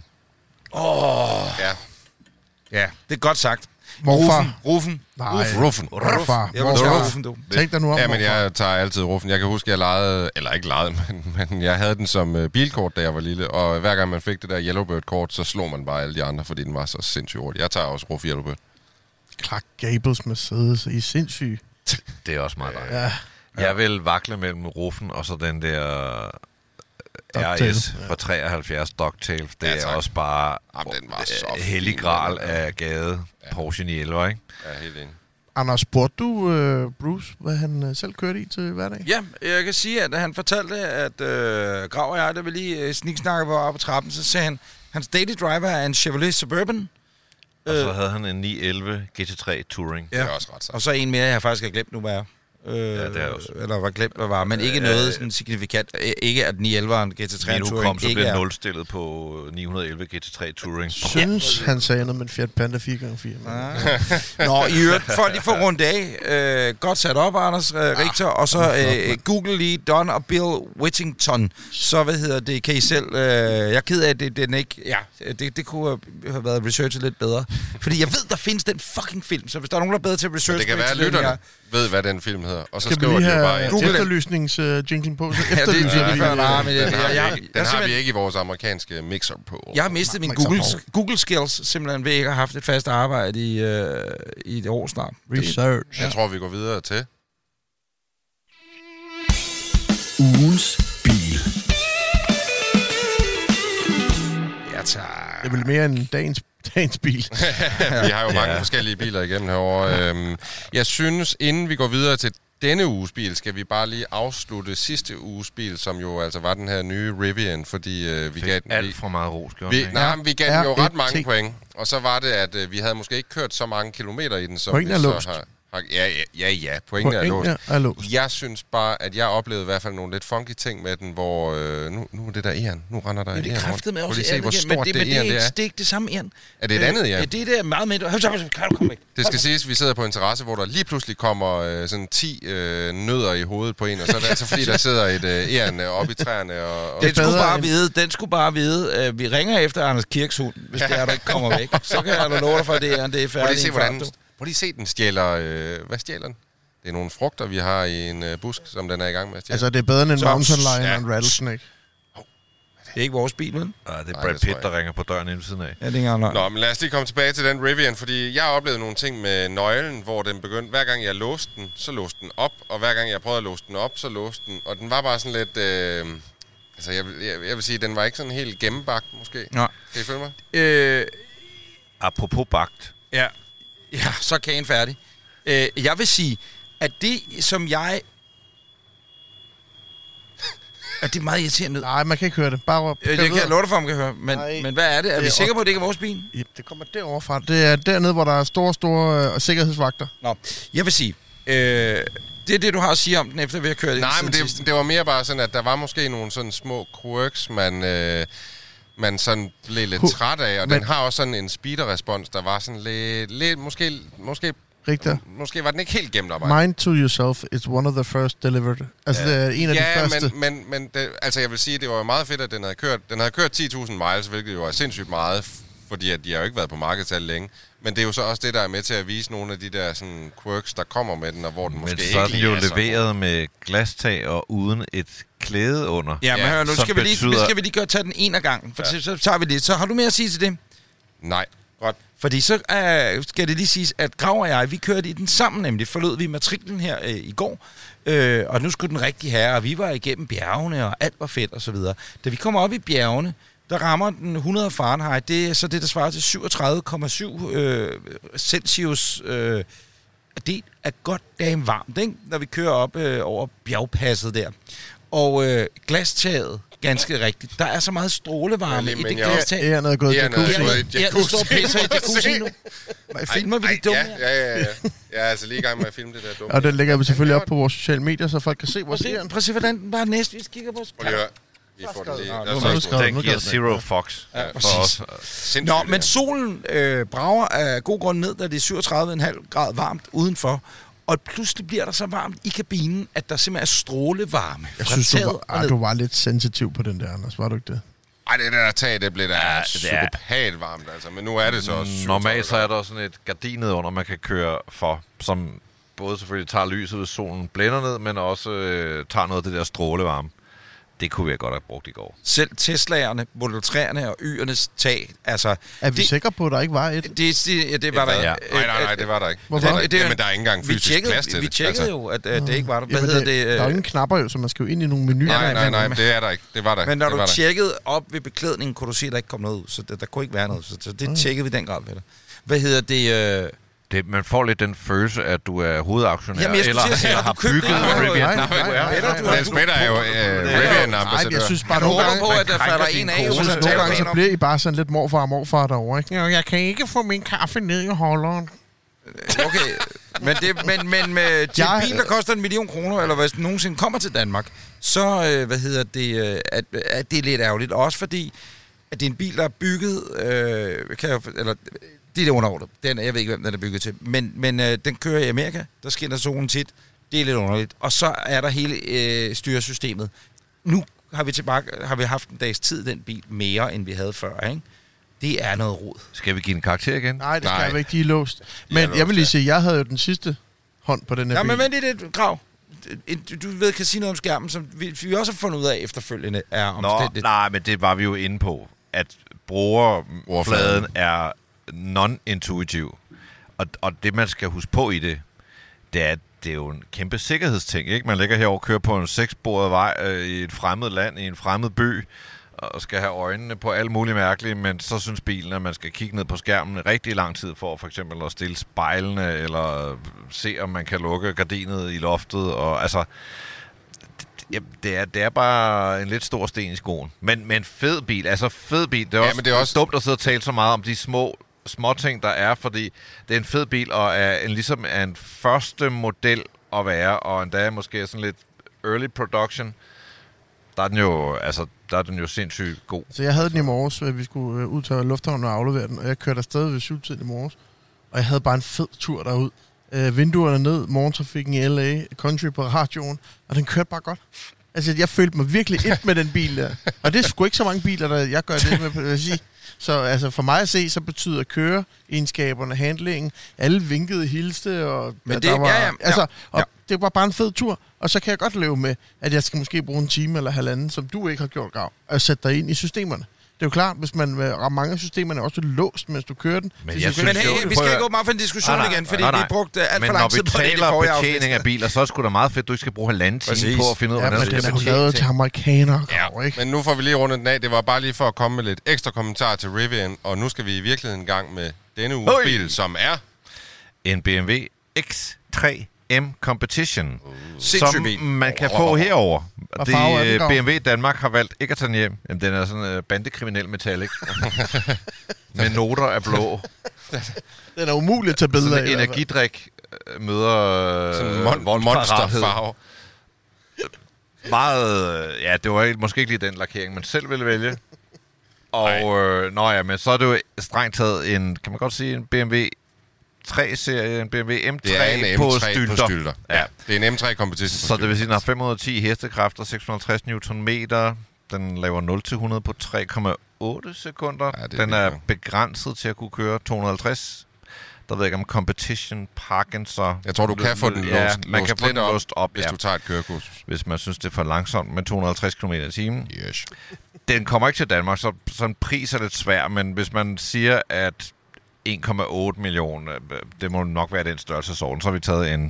Ja, det er godt sagt. Ruffen. Ruffen, du. Tænk dig nu om. Ja, men jeg tager altid Ruffen. Jeg kan huske, jeg lejede, eller ikke lejede, men jeg havde den som bilkort, da jeg var lille. Og hver gang man fik det der Yellowbird-kort, så slog man bare alle de andre, fordi den var så sindssygt hurtig. Jeg tager også Ruff Yellowbird. Clark Gables Mercedes, I er sindssyge. Det er også meget dejligt. Ja. Jeg vil vakle mellem Ruffen og så den der RS fra 73 Ducktail. Det er også bare hellig gral af gade Porsche 911, ikke? Ja, helt enig. Anders, spurgte du Bruce, hvad han selv kørte i til hverdag? Ja, jeg kan sige, at han fortalte, at Grav og jeg, der vil lige sniksnakke på trappen, så sagde han, hans daily driver er en Chevrolet Suburban. Og så havde han en 911 GT3 Touring. Ja, det er også ret. og så en mere, jeg faktisk har glemt nu, hvad er. Ja, det er også. Eller var glemt, hvad var, men ikke noget sådan signifikant. Ikke at 911'eren GT3 Touring nu kom, så blev nulstillet på 911 GT3 Touring. Synes han sagde noget med en Fiat Panda 4x4. Nå, i øvrigt, for lige få rundt af. Godt sat op, Anders Richter. Og så Google lige Don og Bill Whittington. Så, kan I selv... jeg er ked af, at den ikke... Ja, det kunne have været researchet lidt bedre. Fordi jeg ved, der findes den fucking film. Så hvis der er nogen, der er bedre til research... Det kan være, at lytterne ved, hvad den film hedder. Og så skal skriver vi lige de jo bare... have efterlysningsjinglen på? Den har vi ikke i vores amerikanske mixer på. Jeg har mistet min Google skills, simpelthen ved ikke at have haft et fast arbejde i et år snart. Research. Jeg tror, vi går videre til... Ugens bil. Ja, tak. Det er vel mere end dagens bil. Vi har jo mange forskellige biler igennem herovre. Jeg synes, inden vi går videre til denne uges bil, skal vi bare lige afslutte sidste uges bil, som jo altså var den her nye Rivian, fordi vi gav den... Alt for meget ros, vi gav den jo ret mange point. Og så var det, at vi havde måske ikke kørt så mange kilometer i den, som vi så Ja. Pointen er låst. låst. Jeg synes bare, at jeg oplevede i hvert fald nogle lidt funky ting med den, hvor nu er det der æren. Nu render der Men det er kraftet med også se, hvor stort det æren det er. Det er ikke det samme æren. Er det et andet æren? Ja, det er det meget med. Kan du komme væk? Det skal siges, at vi sidder på en terrasse, hvor der lige pludselig kommer sådan 10 nødder i hovedet på en, og så er det altså fordi, der sidder et æren oppe i træerne. Og Den skulle bare vide, vi ringer efter Anders Kirks hund, hvis det er, der ikke kommer væk. Så kan jeg da love dig for, at det æren, det er færdigt. Prøv lige se, den stjæler... hvad stjæler den? Det er nogle frugter, vi har i en busk, som den er i gang med at stjæle. Altså, det er bedre end en mountain lion og en rattlesnake. Det er ikke vores bil, vel? Nej, det er Brad Pitt, der ringer på døren inden siden af. Ja, det er ikke. Nå, men lad os lige komme tilbage til den Rivian, fordi jeg oplevede nogle ting med nøglen, hvor den begyndte... Hver gang jeg låste den, så låste den op, og hver gang jeg prøvede at låse den op, så låste den. Og den var bare sådan lidt... altså, jeg vil sige, den var ikke sådan helt gennembagt, måske. Nej. Kan I følge mig? Apropos bagt. Ja, så er kagen færdig. Jeg vil sige, at det, som jeg... at det er meget irriterende. Nej, man kan ikke høre det. Bare det kan jeg love dig for, man kan høre. Men hvad er det? Er vi sikre på, at det ikke er vores bil? Ja, det kommer derovre fra. Det er dernede, hvor der er store sikkerhedsvagter. Nå, jeg vil sige... det er det, du har at sige om den, efter vi har kørt det. Nej, men det var mere bare sådan, at der var måske nogle sådan små quirks, man sådan blev lidt træt af, og den har også sådan en speeder-respons, der var sådan lidt måske Rigtig. Måske var den ikke helt gennemarbejdet. Mind to yourself, it's one of the first delivered. Altså, det er en af de første. men det, altså jeg vil sige, det var meget fedt, at den havde kørt 10.000 miles, hvilket jo er sindssygt meget, fordi at de har jo ikke været på markedssalg længe. Men det er jo så også det, der er med til at vise nogle af de der sådan quirks, der kommer med den, og hvor den måske ikke lige er. Men så er den jo leveret med glastag og uden et klæde under. Ja, men hør, nu skal vi lige tage den en af gangen. For så tager vi det. Så har du mere at sige til det? Nej. Godt. Fordi så skal det lige siges, at Grav og jeg, vi kørte i den sammen, nemlig forlod vi matriklen her i går, og nu skulle den rigtig herre, og vi var igennem bjergene, og alt var fedt og så videre. Da vi kommer op i bjergene, der rammer den 100 Fahrenheit, det er så det, der svarer til 37,7 Celsius. Det er godt dagen varmt, ikke? Når vi kører op over bjergpasset der. Og glastaget, ganske rigtigt. Der er så meget strålevarme i det glastag. Ja, noget gået jacuzzi. Ja, du står og pisser i jacuzzi nu. Filmer vi det dumme her? Ja. Jeg er altså lige i gang med at filme det der dumme. Og den lægger vi selvfølgelig op på vores sociale medier, så folk kan se vores æren. Prøv at se, hvordan den bare næstvis kigger på os. Prøv lige at høre. Vi får det lige. Den giver zero fox for os. Nå, men solen brager af god grund ned, da det er 37,5 grad varmt udenfor. Og pludselig bliver der så varmt i kabinen, at der simpelthen er strålevarme. Jeg synes, du var lidt sensitiv på den der, Anders. Var du ikke det? Ej, det der tag, det blev da psykopat varmt, altså. Men nu er det så også... Normalt så er der sådan et gardinet under, man kan køre for, som både selvfølgelig tager lyset, hvis solen blænder ned, men også tager noget af det der strålevarme. Det kunne vi godt have brugt i går. Selv Teslaerne, Model 3'erne og Y'ernes tag, altså... Er vi sikre på, at der ikke var et? Det var der ikke. Nej, det var der ikke. Hvorfor? Men der er ikke engang fysisk plads til det. Vi tjekkede jo, at det ikke var der. Hvad hedder det? Der er ingen knapper jo, så man skal jo ind i nogle menuer. Nej, det er der ikke. Det var der. Men når du tjekkede op ved beklædningen, kunne du se, at der ikke kom noget ud. Så der kunne ikke være noget. Så det tjekkede vi den grad ved dig. Hvad hedder det... Man får lidt den følelse, at du er hovedaktionær, jamen, eller har bygget Rivian. Niels Peter er jo Rivian-ambassadør. Jeg synes bare, nogle gange, på, at der falder en af. Nogle gange så bliver I bare sådan lidt morfar derovre, ikke? Jeg kan ikke få min kaffe ned i holderen. Okay, men med en bil, der koster 1 million kroner, eller hvis den nogensinde kommer til Danmark, så at det er lidt ærgerligt. Også fordi, at det er en bil, der er bygget, det er underordnet. Jeg ved ikke, hvem den er bygget til. Men den kører i Amerika. Der skinner solen tit. Det er lidt underligt. Og så er der hele styresystemet. Nu har vi haft en dags tid den bil mere, end vi havde før, ikke? Det er noget rod. Skal vi give en karakter igen? Nej, det skal vi ikke. De er låst. Men jeg vil lige sige, jeg havde jo den sidste hånd på den her bil. Men vent lidt, Grav. Du ved, kan sige noget om skærmen, som vi også har fundet ud af efterfølgende er omstændigt. Nej, men det var vi jo inde på, at brugerfladen er non-intuitiv. Og det, man skal huske på i det, det er jo en kæmpe sikkerhedsting, ikke? Man ligger herovre og kører på en 6-sporet vej i et fremmed land, i en fremmed by, og skal have øjnene på alt muligt mærkeligt, men så synes bilen, at man skal kigge ned på skærmen rigtig lang tid for eksempel at stille spejlene, eller se, om man kan lukke gardinet i loftet, og altså... Det er bare en lidt stor sten i skoen. Men fed bil, det er også, det er også dumt at sidde og tale så meget om de små småting, der er, fordi det er en fed bil, og er ligesom en første model at være, og endda måske sådan lidt early production. Der er den jo sindssygt god. Så jeg havde den i morges, vi skulle ud til lufthavnen og aflevere den, og jeg kørte afsted ved 7-tiden i morges, og jeg havde bare en fed tur derud. Vinduerne ned, morgentrafikken i LA, country på radioen, og den kørte bare godt. Altså, jeg følte mig virkelig et med den bil der. Og det er sgu ikke så mange biler, der jeg gør det med, vil jeg sige. Så altså, for mig at se, så betyder køreegenskaberne, handlingen, alle vinkede, hilste, og men der var, ja. Det var bare en fed tur. Og så kan jeg godt leve med, at jeg skal måske bruge en time eller halvanden, som du ikke har gjort, Grav, og sætte dig ind i systemerne. Det er jo klart, hvis man mange af systemerne er også låst, mens du kører den. Men hey, vi skal ikke gå meget for en diskussion igen, fordi vi brugte alt for lang tid på det i forrige afsnit. Men når vi taler betjening af biler, så er det sgu da meget fedt, du ikke skal bruge halvanden time på at finde ud af, hvordan det er jo lavet til amerikanere. Ja, ikke? Men nu får vi lige rundet den af. Det var bare lige for at komme med lidt ekstra kommentar til Rivian, og nu skal vi i virkeligheden i gang med denne uges bil, som er en BMW X3 M Competition, som man kan få herover. BMW Danmark har valgt ikke at tage den hjem. Jamen, den er sådan bandekriminel metallic. Med noter af blå. Den er umulig at tage billeder af. Energidrik møder monsterfarve. Meget, ja, det var måske ikke lige den lakering, man selv ville vælge. Og men så er det jo strengt taget en, kan man godt sige, en BMW 3-serie, en BMW M3, det er en på M3 stylter. På stylter. Ja. Det er en M3 competition. Så det vil sige, den har 510 hestekræfter, 650 Nm. Den laver 0-100 på 3,8 sekunder. Ja, den er begrænset til at kunne køre 250. Der ved jeg ikke om competition parken, så... Jeg tror, du kan få den låst, man kan få den låst op, hvis du tager et kørekursus. Hvis man synes, det er for langsomt med 250 km i timen. Yes. Den kommer ikke til Danmark, så en pris er lidt svær, men hvis man siger, at 1,8 millioner, det må nok være den størrelsesorden, så har vi taget en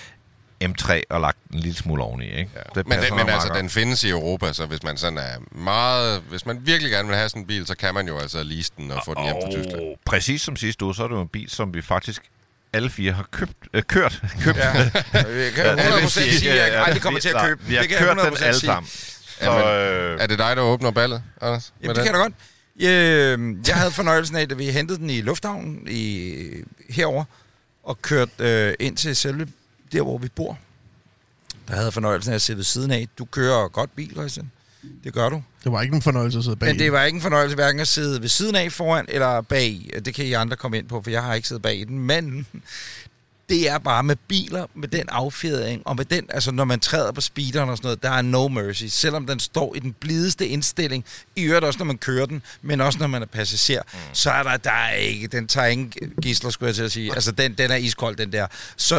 M3 og lagt en lille smule oveni, ikke? Ja. Men altså, den findes i Europa, så hvis man sådan er meget... Hvis man virkelig gerne vil have sådan en bil, så kan man jo altså lease den og få den hjem fra Tyskland. Præcis som sidste uge, så er det jo en bil, som vi faktisk alle fire har kørt. Ja. Jeg kan 100% sige, at jeg aldrig kommer til at købe den. Vi har kørt den alle sammen. Er det dig, der åbner ballet, Anders? Jamen, det kan jeg da godt. Jeg havde fornøjelsen af, at vi hentede den i lufthavnen herover og kørte ind til selve der, hvor vi bor. Der havde jeg fornøjelsen af at sidde ved siden af. Du kører godt bil, Christian. Det gør du. Det var ikke en fornøjelse at sidde bag. Men det var ikke en fornøjelse hverken at sidde ved siden af, foran eller bag. Det kan I andre komme ind på, for jeg har ikke siddet bag i den. Men det er bare med biler, med den affjedring, og med den, altså når man træder på speederen og sådan noget, der er no mercy. Selvom den står i den blideste indstilling, i øvrigt også, når man kører den, men også når man er passager, så er der er ikke, den tager ingen gidsler, skulle jeg til at sige. Altså, den er iskold, den der.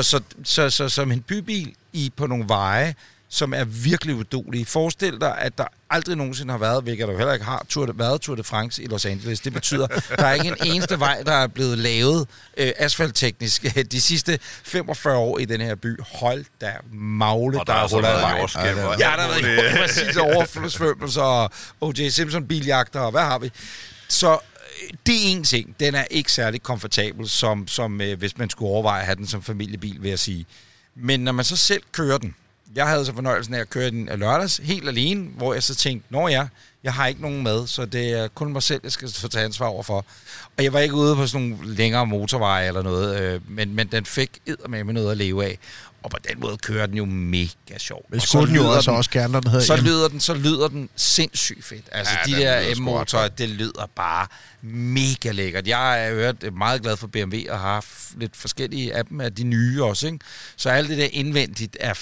Så som en bybil på nogle veje, som er virkelig uduelige. Forestil dig, at der aldrig nogensinde har været, hvilket der jo heller ikke har, været Tour de France i Los Angeles. Det betyder, at der er ikke en eneste vej, der er blevet lavet asfaltteknisk de sidste 45 år i den her by. Hold da magle, og der er ruller af vejen. Ja, der har været præcis overflødsvømmelser og O.J. Simpson-biljagter, og hvad har vi? Så det er en ting. Den er ikke særlig komfortabel, som hvis man skulle overveje at have den som familiebil, vil jeg sige. Men når man så selv kører den, jeg havde så fornøjelsen af at køre den lørdags, helt alene, hvor jeg så tænkte, jeg har ikke nogen med, så det er kun mig selv, jeg skal tage ansvar overfor. Og jeg var ikke ude på sådan nogle længere motorveje eller noget, men den fik eddermame med noget at leve af. Og på den måde kører den jo mega sjov. Men så lyder den også gerne, når den hedder så lyder den sindssygt fedt. Altså de der M-motorer, det lyder bare mega lækkert. Jeg har hørt meget glad for BMW og har haft lidt forskellige af dem, af de nye også, ikke? Så alt det der indvendigt er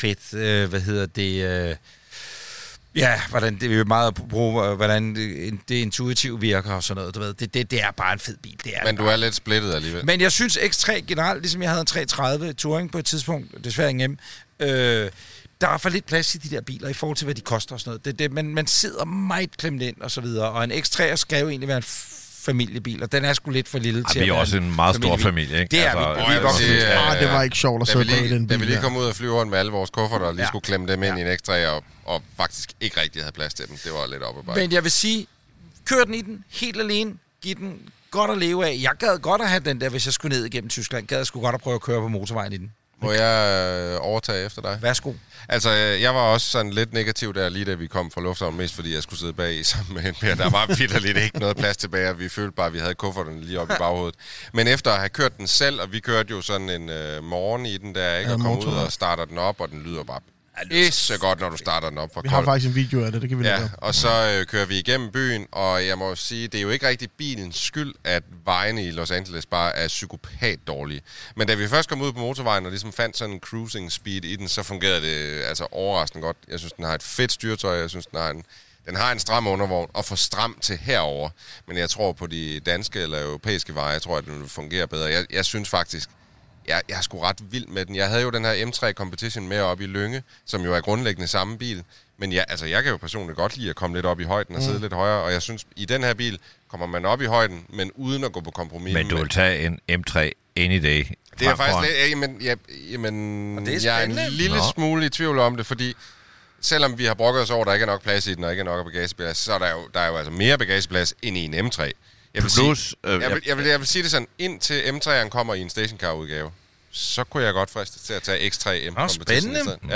fedt. Hvordan det er meget at bruge, hvordan det intuitivt virker og sådan noget. Du ved, det er bare en fed bil. Det er men du er lidt splittet alligevel. Men jeg synes X3 generelt, ligesom jeg havde en 330 Touring på et tidspunkt, desværre ingen der er for lidt plads i de der biler i forhold til, hvad de koster og sådan noget. Man sidder meget klemt ind og så videre. Og en X3 skal jo egentlig være en familiebil, og den er sgu lidt for lille til at være også en meget stor familie, ikke? Det er det var ikke sjovt at sidde bag den bil. Da vi lige kom ud af flyveren med alle vores kufferter og lige skulle klemme dem ind i en X3 og faktisk ikke rigtig havde plads til dem. Det var lidt oppe bare. Men jeg vil sige, kør den i den helt alene, giv den godt at leve af. Jeg gad godt at have den der, hvis jeg skulle ned igennem Tyskland. Gad jeg sgu godt at prøve at køre på motorvejen i den. Må jeg overtage efter dig? Værsgo. Altså, jeg var også sådan lidt negativ der, lige da vi kom fra lufthavnen, mest fordi jeg skulle sidde bag i sammen med en Per. Der var vitterligt ikke noget plads tilbage, og vi følte bare, at vi havde kufferten lige oppe i baghovedet. Men efter at have kørt den selv, og vi kørte jo sådan en morgen i den der, ikke? Og kom ud og starter den op, og den lyder bare så godt, når du starter den op fra Vi har faktisk en video af det kan vi lade. Og så kører vi igennem byen, og jeg må sige, det er jo ikke rigtig bilens skyld, at vejene i Los Angeles bare er psykopat dårlige. Men da vi først kom ud på motorvejen og ligesom fandt sådan en cruising speed i den, så fungerede det altså overraskende godt. Jeg synes, den har et fedt styretøj, jeg synes, den har en stram undervogn, og for stram til herover. Men jeg tror på de danske eller europæiske veje, jeg tror, at den vil fungere bedre. Jeg synes faktisk, jeg er sgu ret vild med den. Jeg havde jo den her M3 Competition med op i Lynge, som jo er grundlæggende samme bil. Men jeg kan jo personligt godt lide at komme lidt op i højden og sidde lidt højere. Og jeg synes, i den her bil kommer man op i højden, men uden at gå på kompromis. Men du vil tage en M3 any day. Det er faktisk lidt... Jeg er en lille smule i tvivl om det, fordi selvom vi har brokket os over, at der ikke er nok plads i den, og ikke er nok bagageplads, så er der er jo altså mere bagageplads end i en M3. Jeg vil sige det sådan, indtil M3'eren kommer i en stationcar-udgave, så kunne jeg godt friste til at tage X3 M. Spændende. Ja.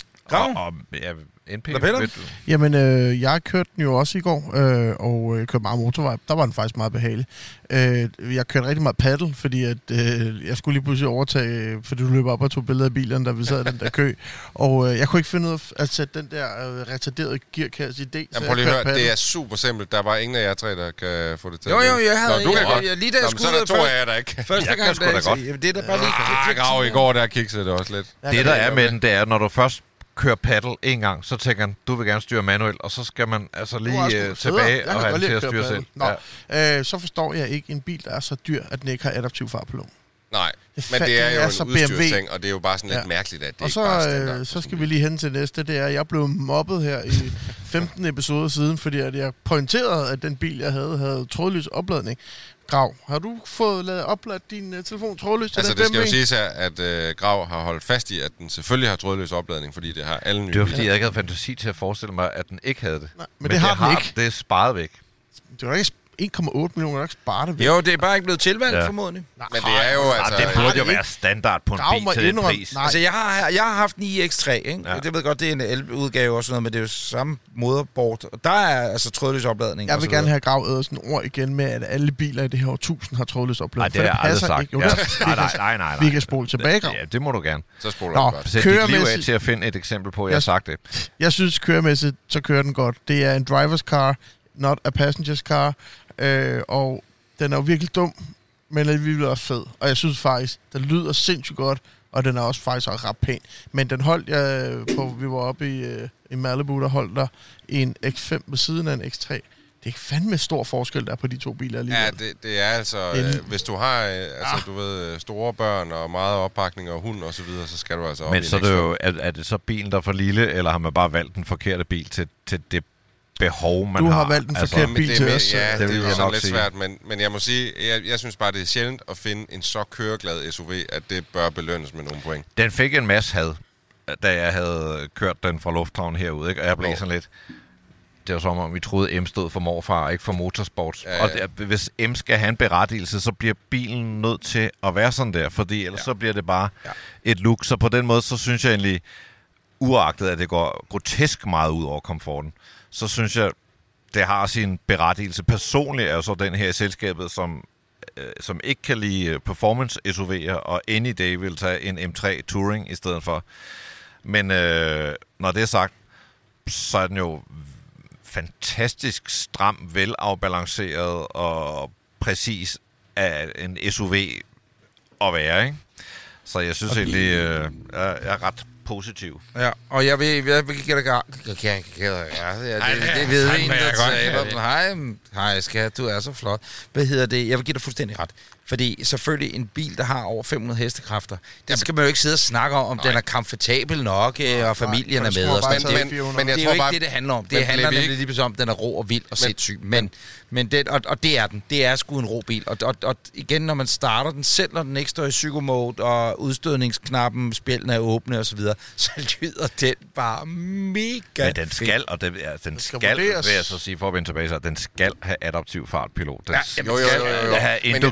NP. Jamen, jeg kørte den jo også i går, og kørte meget motorvej. Der var den faktisk meget behagelig. Jeg kørte rigtig meget paddle, fordi at, jeg skulle lige pludselig overtage, fordi du løb op og tog billeder af bilerne, der vi sad i den der kø. Og jeg kunne ikke finde ud af at sætte den der retarderede gearkasse i D. Jamen, prøv lige at høre, det er super simpelt. Der er bare ingen af jer tre, der kan få det til. Jo, jeg havde... Nå, du kan godt. Lige da jeg skulle... Så er der to af jer, der ikke. Første gang, det er da bare lige... Grav i går, der kiksede det også lidt. Det, der er med den, det er, når du først kører paddle en gang, så tænker han, du vil gerne styre manuelt, og så skal man altså lige tilbage og have den til at styre selv. Så forstår jeg ikke en bil, der er så dyr, at den ikke har adaptiv farpelån. Nej, men det er jo en udstyrsting, og det er jo bare sådan lidt mærkeligt, at det ikke bare er standard. Så skal vi lige hen til næste, det er, at jeg blev mobbet her i 15 episoder siden, fordi at jeg pointerede, at den bil, jeg havde trådløs opladning. Grav, har du fået lavet opladt din telefon trådløs til altså, den? Det skal jo siges her, at Grav har holdt fast i, at den selvfølgelig har trådløs opladning, fordi det har alle nye. Det var fordi, jeg ikke havde fantasi til at forestille mig, at den ikke havde det. Nej, men det har den ikke. Det er sparet væk. Det var ikke 1,8 millioner, der ikke spare det væk. Jo, det er bare ikke blevet tilvalgt, formodentlig. Men det er jo altså... det burde jo være standard på en bil til den pris. Altså, jeg har haft en iX3, ikke? Ja. Det ved godt, det er en eludgave og sådan noget, men det er jo samme moderbord. Og der er altså trådløs opladning. Jeg vil gerne have Grav sådan ord igen med, at alle biler i det her årtusind har trådløs opladning. Nej, det har jeg aldrig sagt. Ikke. Nej. Vi kan spole tilbage, Grav. Ja, det må du gerne. Så spoler du godt. Sæt dit liv af til at finde et eksempel på, at jeg har sagt det. Jeg synes, køremæssigt, så kører den godt. Det er en driver's car, not a passenger's car. Og den er jo virkelig dum, men alligevel også fed. Og jeg synes faktisk, den lyder sindssygt godt, og den er også faktisk også ret pæn. Men den holdt jeg på, vi var oppe i Malibu, der holdt der en X5 ved siden af en X3. Det er ikke fandme stor forskel, der er på de to biler alligevel. Ja, det er altså... hvis du har du ved, store børn og meget oppakning og hund og så videre, så skal du altså op i en X5. Men så er det jo, er det så bilen, der er for lille, eller har man bare valgt den forkerte bil til det behov, man har? Du har valgt en forkert bil til os. Ja, det er jo sådan lidt svært, men jeg må sige, jeg synes bare, det er sjældent at finde en så køreglad SUV, at det bør belønnes med nogle point. Den fik en masse had, da jeg havde kørt den fra lufthavnen herude, ikke? Og jeg blev sådan lidt... Det var som om, vi troede, M stod for morfar, ikke for motorsport. Ja. Og hvis M skal have en berettigelse, så bliver bilen nødt til at være sådan der, fordi ellers så bliver det bare et look. Så på den måde, så synes jeg egentlig, uagtet at det går grotesk meget ud over komforten, så synes jeg, det har sin berettigelse. Personligt er jo så den her i selskabet, som ikke kan lide performance SUV'er, og any day vil tage en M3 Touring i stedet for. Men når det er sagt, så er den jo fantastisk stram, velafbalanceret og præcis af en SUV at være, ikke? Så jeg synes egentlig, jeg er ret positiv. Ja, og jeg vil det ved en, der taber. Hej skat, du er så flot. Hvad hedder det? Jeg vil give dig fuldstændig ret. Fordi selvfølgelig en bil, der har over 500 hestenkræfter, den skal man jo ikke sidde og snakke om den er komfortabel nok, og familien er med. Men det er jo ikke det handler om. Det handler nemlig lige om, den er rå og vild og sindssyg. Men det, og det er den. Det er sgu en rå bil. Og igen, når man starter den, selv når den ikke står i psykomode, og udstødningsknappen, spjælden er åbne og så videre, så lyder den bare mega men den skal, og den skal vil jeg så sige, for at vende tilbage, så den skal have adaptiv fartpilot. Den skal have induktiv opladning.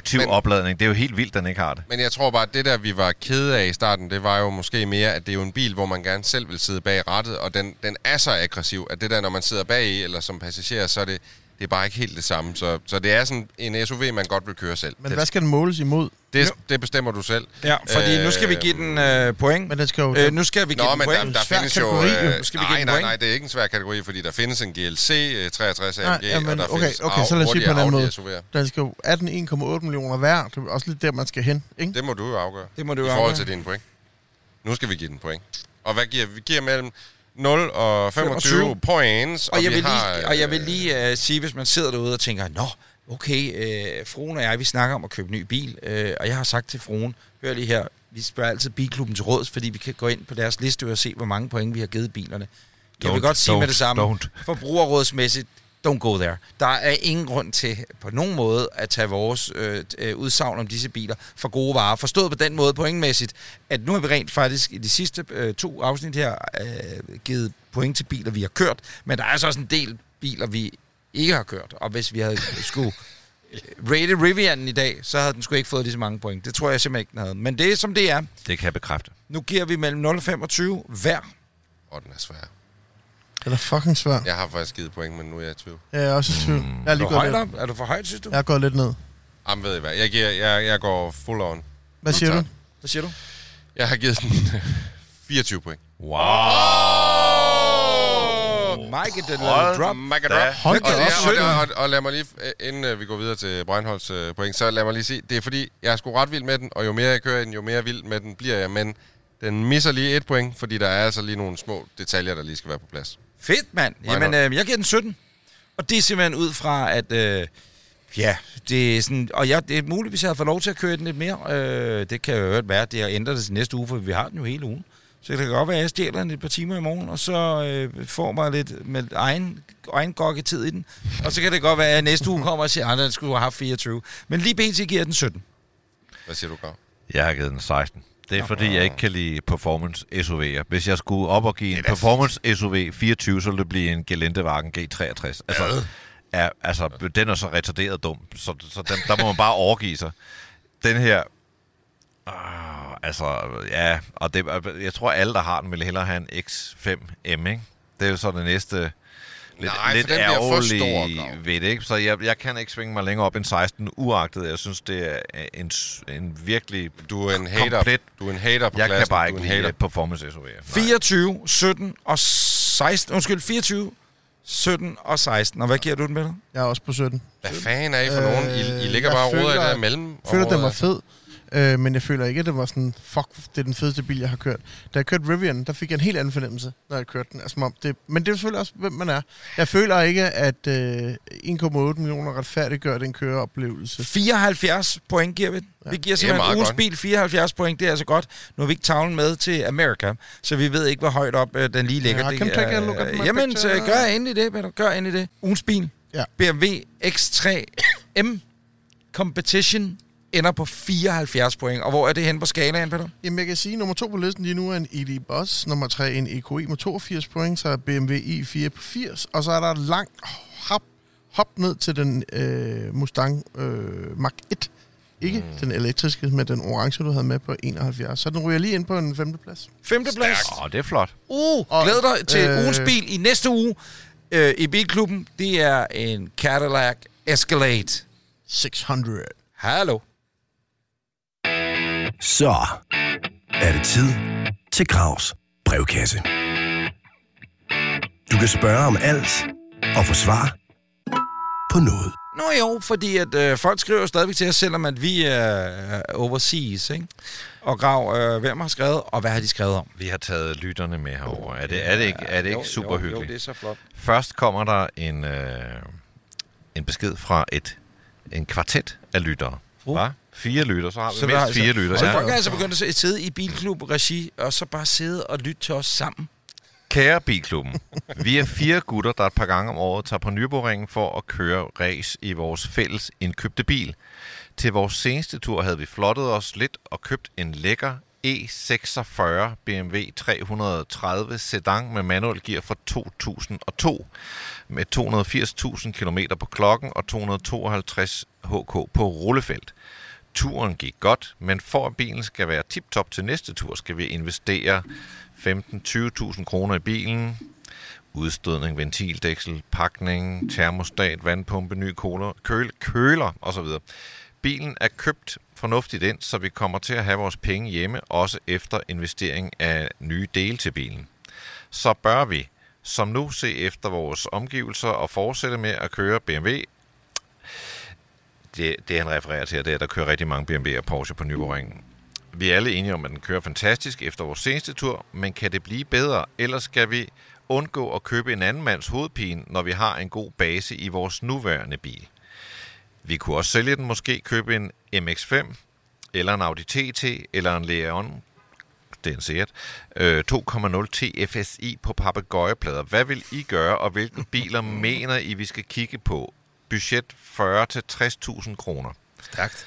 opladning. Det er jo helt vildt, den ikke har det. Men jeg tror bare, at det der, vi var kede af i starten, det var jo måske mere, at det er jo en bil, hvor man gerne selv vil sidde bag rattet, og den er så aggressiv, at det der, når man sidder bag i, eller som passager, så er det er bare ikke helt det samme. Så det er sådan en SUV, man godt vil køre selv. Men hvad skal den måles imod? Det bestemmer du selv. Ja, fordi nu skal vi give den point. Men den skal jo... Nu skal vi give den point. Der findes jo... Nej, det er ikke en svær kategori, fordi der findes en GLC 63 AMG, og der findes så lad os sige på en anden måde. SUV'er. Den skal jo 1,8 millioner værd. Det er også lidt der, man skal hen, ikke? Det må du jo afgøre. I forhold til dine point. Nu skal vi give den point. Og hvad giver vi? Vi giver mellem 0 og 25 points. Og jeg vil lige sige, hvis man sidder derude og tænker, okay, fruen og jeg, vi snakker om at købe en ny bil, og jeg har sagt til fruen, hør lige her, vi spørger altid Bilklubben til råds, fordi vi kan gå ind på deres liste og se, hvor mange point vi har givet bilerne. Jeg vil godt sige med det samme, forbrugerrådsmæssigt, don't go there. Der er ingen grund til på nogen måde at tage vores udsagn om disse biler for gode varer. Forstået på den måde pointmæssigt, at nu har vi rent faktisk i de sidste 2 afsnit her givet point til biler, vi har kørt, men der er altså også en del biler, vi ikke har kørt. Og hvis vi havde skulle rate Rivianen i dag, så havde den sgu ikke fået lige så mange point. Det tror jeg simpelthen ikke, den havde. Men det er, som det er. Det kan jeg bekræfte. Nu giver vi mellem 0 og 25 hver. Og den er svær. Den er fucking svær. Jeg har faktisk givet point, men nu er jeg i tvivl. Jeg er også i tvivl. Jeg er lige gået lidt. Er du for højt, synes du? Jeg er gået lidt ned. Jamen, ved I hvad? Jeg går full on. Hvad siger du? Jeg har givet den 24 point. Wow! Mike, det er drop. Og lad mig lige, inden vi går videre til Breinholts point, så lad mig lige sige, det er fordi, jeg er sgu ret vild med den, og jo mere jeg kører den, jo mere vild med den bliver jeg, men den misser lige 1 point, fordi der er altså lige nogle små detaljer, der lige skal være på plads. Fedt, mand. Jamen, jeg giver den 17. Og det er simpelthen ud fra, at... det er sådan... Og det er muligt, hvis jeg havde fået lov til at køre den lidt mere. Det kan jo være, at det har ændret det til næste uge, for vi har den jo hele ugen. Så det kan godt være, at jeg stjæler den et par timer i morgen, og så får mig lidt med egen gokketid i den. Og så kan det godt være, at næste uge kommer og siger, at den skulle have haft 24. Men lige pt. giver den 17. Hvad siger du, Gav? Jeg har givet den 16. Det er fordi, jeg ikke kan lide performance SUV'er. Hvis jeg skulle op og give en performance SUV 24, så ville det blive en Geländewagen G63. Den er så retarderet dum, så der må man bare overgive sig. Den her... og det, jeg tror, alle, der har den, vil hellere have en X5M, ikke? Det er jo så det næste... lidt ærgerlige ved det, ikke? Så jeg kan ikke svinge mig længere op end 16, uagtet. Jeg synes, det er en virkelig Du er en hater. Komplet, du er en hater på jeg klassen. Jeg kan bare ikke lide performance SUV'er. 24, 17 og 16. Undskyld, 24, 17 og 16. Og hvad giver du den med dig? Jeg er også på 17. Hvad fanden er I for nogen? I ligger bare og roder i det der mellem. Jeg føler, den var fed. Men jeg føler ikke, at det var sådan, det er den fedeste bil, jeg har kørt. Da jeg kørte Rivian, der fik jeg en helt anden fornemmelse, når jeg kørte den. Altså, men det er selvfølgelig også, hvem man er. Jeg føler ikke, at 1,8 millioner retfærdiggør den køreoplevelse. 74 point giver vi den. Ja. Vi giver simpelthen ugens bil 74 point. Det er altså godt. Nu har vi ikke tavlen med til America, så vi ved ikke, hvor højt op den lige ligger. Jamen, så gør endelig det, Peter. Gør endelig det. Ugens bil. Ja. BMW X3 M Competition ender på 74 point. Og hvor er det henne på skalaen, Peter? Jamen, jeg kan sige, nummer 2 på listen lige nu er en ID Buzz, nummer 3 en EQE med 82 point, så er BMW i4 på 80, og så er der et langt hop ned til den Mustang Mach-1. Ikke den elektriske, men den orange, du havde med på 71. Så den ryger lige ind på en 5. plads. 5. plads? Det er flot. Glæd dig til ugens bil i næste uge i Bilklubben. Det er en Cadillac Escalade 600. Hallo. Så er det tid til Gravs brevkasse. Du kan spørge om alt og få svar på noget. Nå jo, fordi at folk skriver stadigvæk til os, selvom at vi er overseas, ikke? Og Grav, hvem har skrevet, og hvad har de skrevet om? Vi har taget lytterne med herover. Er det ikke super hyggeligt? Jo, det er så flot. Først kommer der en besked fra en kvartet af lyttere. 4 lytter, så har vi mindst 4 lytter. Så folk er altså begyndt at sidde i Bilklub-regi, og så bare sidde og lytte til os sammen. Kære Bilklubben, vi er 4 gutter, der et par gange om året tager på Nürburgringen for at køre race i vores fælles indkøbte bil. Til vores seneste tur havde vi flottet os lidt og købt en lækker E46 BMW 330 sedan med manuel gear fra 2002 med 280.000 km på klokken og 252 hk på rullefelt. Turen gik godt, men for at bilen skal være tip-top til næste tur, skal vi investere 15-20.000 kroner i bilen. Udstødning, ventildæksel, pakning, termostat, vandpumpe, ny køler osv. Bilen er købt fornuftigt ind, så vi kommer til at have vores penge hjemme, også efter investering af nye dele til bilen. Så bør vi, som nu, se efter vores omgivelser og fortsætte med at køre BMW. Det han refererer til, det er, at der kører rigtig mange BMW og Porsche på Nürburgring. Vi er alle enige om, at den kører fantastisk efter vores seneste tur, men kan det blive bedre, eller skal vi undgå at købe en anden mands hovedpine, når vi har en god base i vores nuværende bil? Vi kunne også sælge den, måske købe en MX-5, eller en Audi TT, eller en Leon, det er en Seat, 2.0 TFSI på papegøjeplader. Hvad vil I gøre, og hvilke biler mener I, vi skal kigge på? Budget 40-60.000 kroner. Stærkt.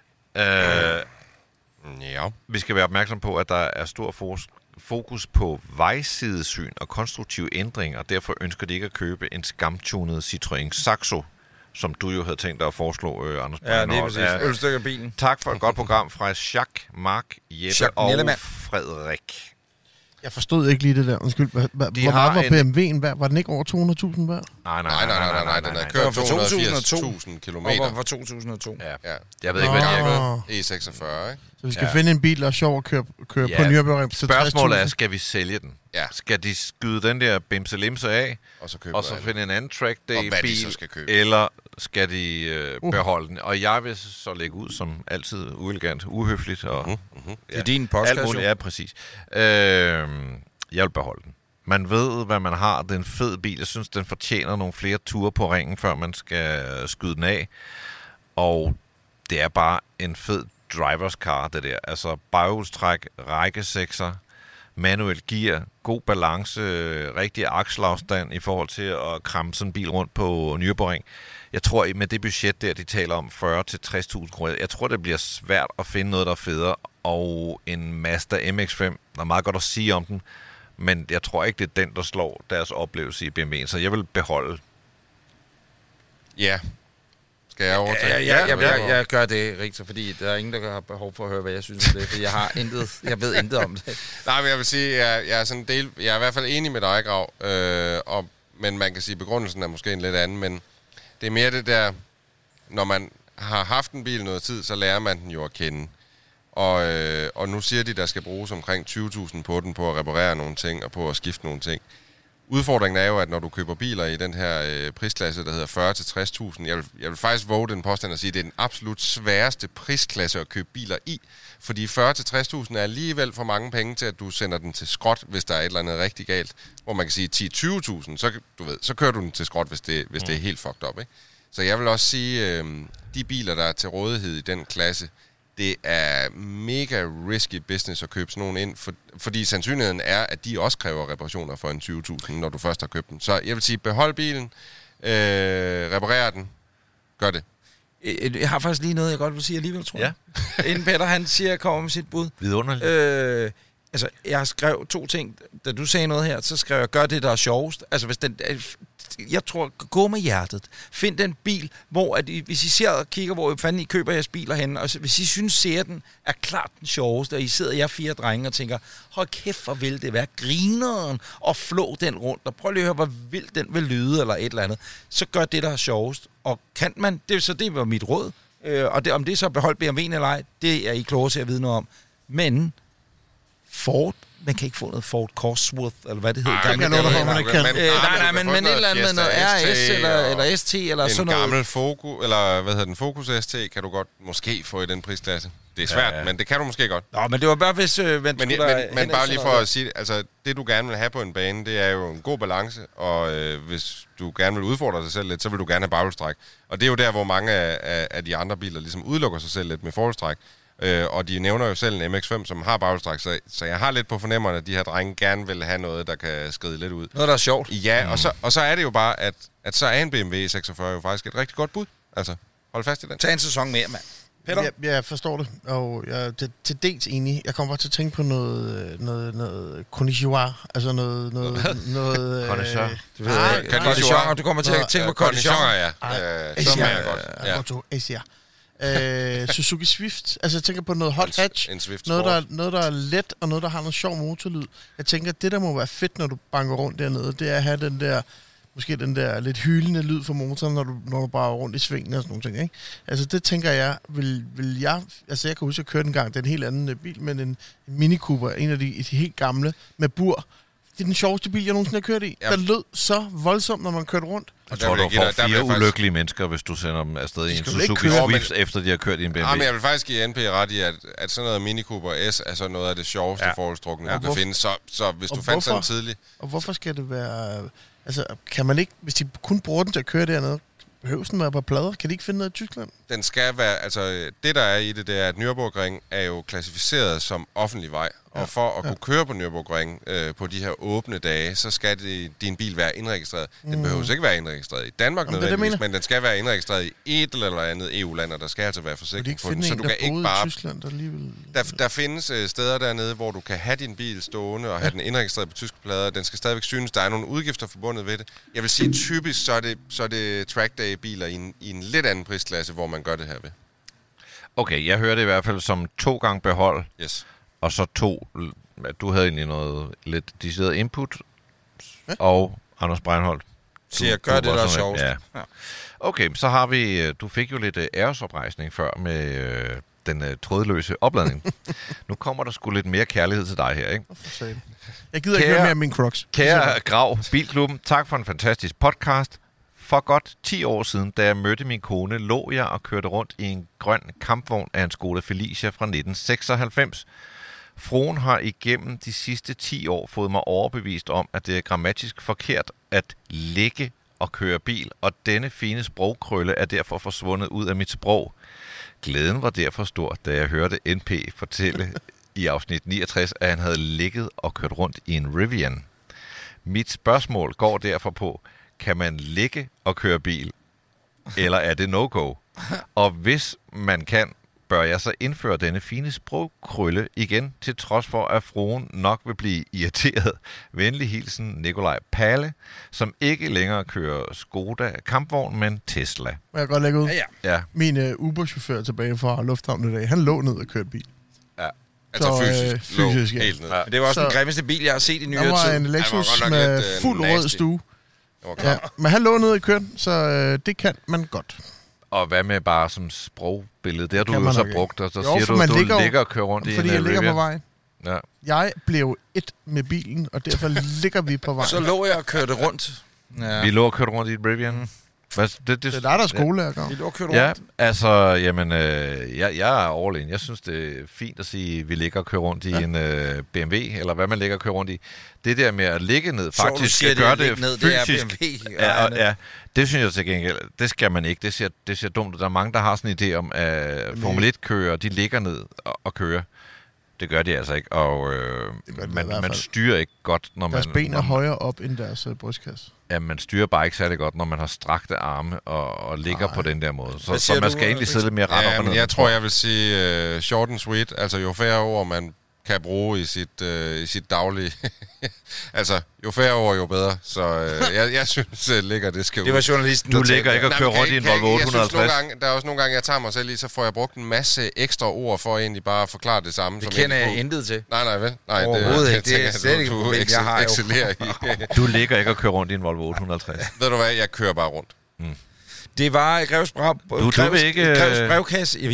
Ja. Vi skal være opmærksom på, at der er stor fokus på vejsidesyn og konstruktive ændringer, og derfor ønsker de ikke at købe en skamtunet Citroën Saxo, som du jo havde tænkt dig at foreslå, Anders. Ja, det er præcis. Ølstykke af bilen. Tak for et godt program fra Jacques, Mark, Jeppe og Frederik. Jeg forstod ikke lige det der. Undskyld. Hvor meget var BMW'en værd? Var den ikke over 200.000 værd? Nej. Den er kørt 280.000 kilometer. Og var 2002. Ja. Jeg ved ikke, hvad det er. E46, ikke? Så vi skal finde en bil, der er sjov at køre på Nürburgring til 60.000. Spørgsmålet er, skal vi sælge den? Ja. Skal de skyde den der bimse-limse af, og så finde en anden track day bil, eller skal de beholde den? Og jeg vil så lægge ud som altid uelegant, uhøfligt. Og, det er din podcast. Ja, præcis. Jeg vil beholde den. Man ved, hvad man har. Det er en fed bil. Jeg synes, den fortjener nogle flere ture på ringen, før man skal skyde den af. Og det er bare en fed drivers car, det der. Altså baghjulstræk, rækkesekser, manuel gear, god balance, rigtig akselafstand i forhold til at kramme sådan en bil rundt på Nürburgring. Jeg tror, med det budget der, de taler om 40-60.000 kroner, jeg tror, det bliver svært at finde noget, der er federe. Og en Mazda MX-5, der er meget godt at sige om den, men jeg tror ikke, det er den, der slår deres oplevelse i BMW'en, så jeg vil beholde. Ja. Skal jeg overtage? Jeg gør det, Richter, fordi der er ingen, der har behov for at høre, hvad jeg synes om det, for jeg ved intet om det. Nej, men jeg vil sige, jeg er i hvert fald enig med dig, Grav, men man kan sige, at begrundelsen er måske en lidt anden, men det er mere det der, når man har haft en bil noget tid, så lærer man den jo at kende. Og nu siger de, der skal bruges omkring 20.000 på den, på at reparere nogle ting og på at skifte nogle ting. Udfordringen er jo, at når du køber biler i den her prisklasse, der hedder 40-60.000, jeg vil faktisk våge den påstand at sige, at det er den absolut sværeste prisklasse at købe biler i, fordi 40-60.000 er alligevel for mange penge til, at du sender den til skrot, hvis der er et eller andet rigtig galt. Hvor man kan sige 10-20.000, så kører du den til skrot, hvis det er helt fucked up, ikke? Så jeg vil også sige, de biler, der er til rådighed i den klasse, det er mega risky business at købe sådan nogen ind, fordi sandsynligheden er, at de også kræver reparationer for en 20.000, når du først har købt den. Så jeg vil sige, behold bilen, reparer den, gør det. Jeg har faktisk lige noget, jeg godt vil sige alligevel, tror jeg. Ja. Inden Peter, han siger, at kommer med sit bud. Vidunderligt. Altså, jeg skrev 2 ting. Da du sagde noget her, så skrev jeg, gør det, der er sjovest. Altså, hvis den... Jeg tror, gå med hjertet. Find den bil, hvor at hvis I ser og kigger, hvor fanden I køber jeres biler henne, og hvis I synes, serien er klart den sjoveste, og I sidder jer 4 drenge og tænker, hold kæft, hvor vil det være grineren, og flå den rundt, og prøv lige at høre, hvor vild den vil lyde, eller et eller andet, så gør det, der er sjovest. Og kan man, det var mit råd, og om det så beholdt BMW'en eller ej, det er I klogere til at vide noget om. Men Ford, man kan ikke få noget Ford Cosworth, eller hvad det hedder. Men et eller andet med noget RS eller ST, eller sådan noget. En gammel Focus, eller hvad hedder den, Focus ST, kan du godt måske få i den prisklasse. Det er svært, men det kan du måske godt. Nå, men det var bare hvis... men bare lige for at sige, altså det du gerne vil have på en bane, det er jo en god balance, og hvis du gerne vil udfordre dig selv lidt, så vil du gerne have baghjulstræk. Og det er jo der, hvor mange af de andre biler ligesom udelukker sig selv lidt med forhjulstræk. Og de nævner jo selv en MX-5, som har baghjulstræk, så jeg har lidt på fornemmerne, at de her drenge gerne vil have noget, der kan skride lidt ud. Noget, der er sjovt. Ja, og så er det jo bare, at så er en BMW 46 jo faktisk et rigtig godt bud. Altså, hold fast i den. Tag en sæson mere, mand. Peter? Ja, jeg forstår det, og jeg er til dels enig. Jeg kommer bare til at tænke på noget konnichiwa, altså noget Connoisseur. Du kommer til at tænke på connoisseur. Ja. Så mere godt. Asia. Suzuki Swift. Altså, jeg tænker på noget hot hatch. En Swift noget, der er let, og noget, der har noget sjov motorlyd. Jeg tænker, det der må være fedt, når du banker rundt dernede, det er at have den der, måske den der lidt hylende lyd for motoren, når du bare er rundt i svingen og sådan nogle ting, ikke? Altså, det tænker jeg, vil jeg... Altså, jeg kan huske, at jeg kørte en gang, det er en helt anden bil, men en Mini Cooper, en af de helt gamle, med bur. Det er den sjoveste bil, jeg nogensinde har kørt i. Ja. Den lød så voldsomt, når man kørte rundt. Jeg tror, du får 4 ulykkelige mennesker, hvis du sender dem afsted i en Suzuki Swift, efter de har kørt i en BMW. Ja, men jeg vil faktisk give NP ret i, at sådan noget Mini Cooper S er så noget af det sjoveste forholdstrukne, du kan finde. Så hvis du fandt sådan tidligt... Og hvorfor skal det være... Altså, kan man ikke... Hvis de kun bruger den til at køre dernede, behøver den være på plader? Kan de ikke finde noget i Tyskland? Den skal være... Altså, det der er i det, det er, at Nürburgring er jo klassificeret som offentlig vej. Og for at kunne køre på Nürburgring på de her åbne dage, så skal din bil være indregistreret. Den behøver ikke være indregistreret i Danmark nødvendigvis, men den skal være indregistreret i et eller andet EU-land, og der skal altså være forsikring på den. Så du kan ikke bare... Tyskland, der findes steder dernede, hvor du kan have din bil stående og have den indregistreret på tyske plader. Den skal stadigvæk synes, der er nogle udgifter forbundet ved det. Jeg vil sige, typisk så er det trackday-biler i en lidt anden prisklasse, hvor man gør det her ved. Okay, jeg hørte det i hvert fald som 2 gange behold. Yes. Og så 2, du havde egentlig noget lidt decideret input, og Anders Breinholt. Så jeg gør det, der er sjovt. Ja. Okay, så har vi, du fik jo lidt æresoprejsning før med den trådløse opladning. Nu kommer der sgu lidt mere kærlighed til dig her, ikke? Jeg gider ikke høre mere af min Crocs. Kære Grav, Bilklubben, tak for en fantastisk podcast. For godt 10 år siden, da jeg mødte min kone, lå jeg og kørte rundt i en grøn kampvogn af en Skoda Felicia fra 1996. Fruen har igennem de sidste 10 år fået mig overbevist om, at det er grammatisk forkert at ligge og køre bil, og denne fine sprogkrølle er derfor forsvundet ud af mit sprog. Glæden var derfor stor, da jeg hørte NP fortælle i afsnit 69, at han havde ligget og kørt rundt i en Rivian. Mit spørgsmål går derfor på, kan man ligge og køre bil, eller er det no-go? Og hvis man kan, bør jeg så indføre denne fine sprogkrølle igen, til trods for, at fruen nok vil blive irriteret. Venlig hilsen, Nikolaj Palle, som ikke længere kører Skoda kampvogn, men Tesla. Må jeg godt lægge ud? Ja. Min Uber-chauffør tilbage fra Lufthavnen i dag, han lå ned og kørte bil. Ja. Altså fysisk ja. Helt ned. Ja. Det var også den grimmeste bil, jeg har set i nyere tid. Der var en Lexus med fuld rød stue. Ja, men han lå nede i køren, så det kan man godt. Og hvad med bare som sprogbillede? Det har du jo så brugt, og så siger du, at du ligger og kører rundt i en Fordi jeg ligger på vejen. Ja. Jeg blev et med bilen, og derfor ligger vi på vejen. Så lå jeg og kørte rundt. Ja. Vi lå og kørte rundt i et Rivian. Det er der er skolelærer. Vi lå og kørte rundt. Ja, altså, jamen, jeg er all in. Jeg synes, det er fint at sige, at vi ligger og kører rundt i en BMW, eller hvad man ligger og kører rundt i. Det der med at ligge ned, faktisk skal gøre det fysisk. Det er BMW. Ja, det synes jeg til gengæld, det skal man ikke. Det ser dumt ud. Der er mange, der har sådan en idé om, at Formel 1-kører, de ligger ned og kører. Det gør de altså ikke, og man styrer ikke godt, når deres ben er højere op end deres brystkasse. Ja, man styrer bare ikke særlig godt, når man har strakte arme og ligger på den der måde. Så man skal egentlig sidde lidt mere ret op og ned. Jeg tror, jeg vil sige short and sweet. Altså, jo færre ord man kan bruge i sit daglige... altså, jo færre ord, jo bedre. Så jeg synes, ligger det skal ud. Det var journalisten, du ligger ikke og kører rundt i en Volvo 850. Der er også nogle gange, jeg tager mig selv i, så får jeg brugt en masse ekstra ord for egentlig bare at forklare det samme. Det kender jeg intet til. Nej, vel? Nej, overhovedet ikke. Det er slet ikke et problem, jeg har jo. Du ligger ikke og kører rundt i en Volvo 850. Ved du hvad, jeg kører bare rundt. Det var Grevs brevkasse.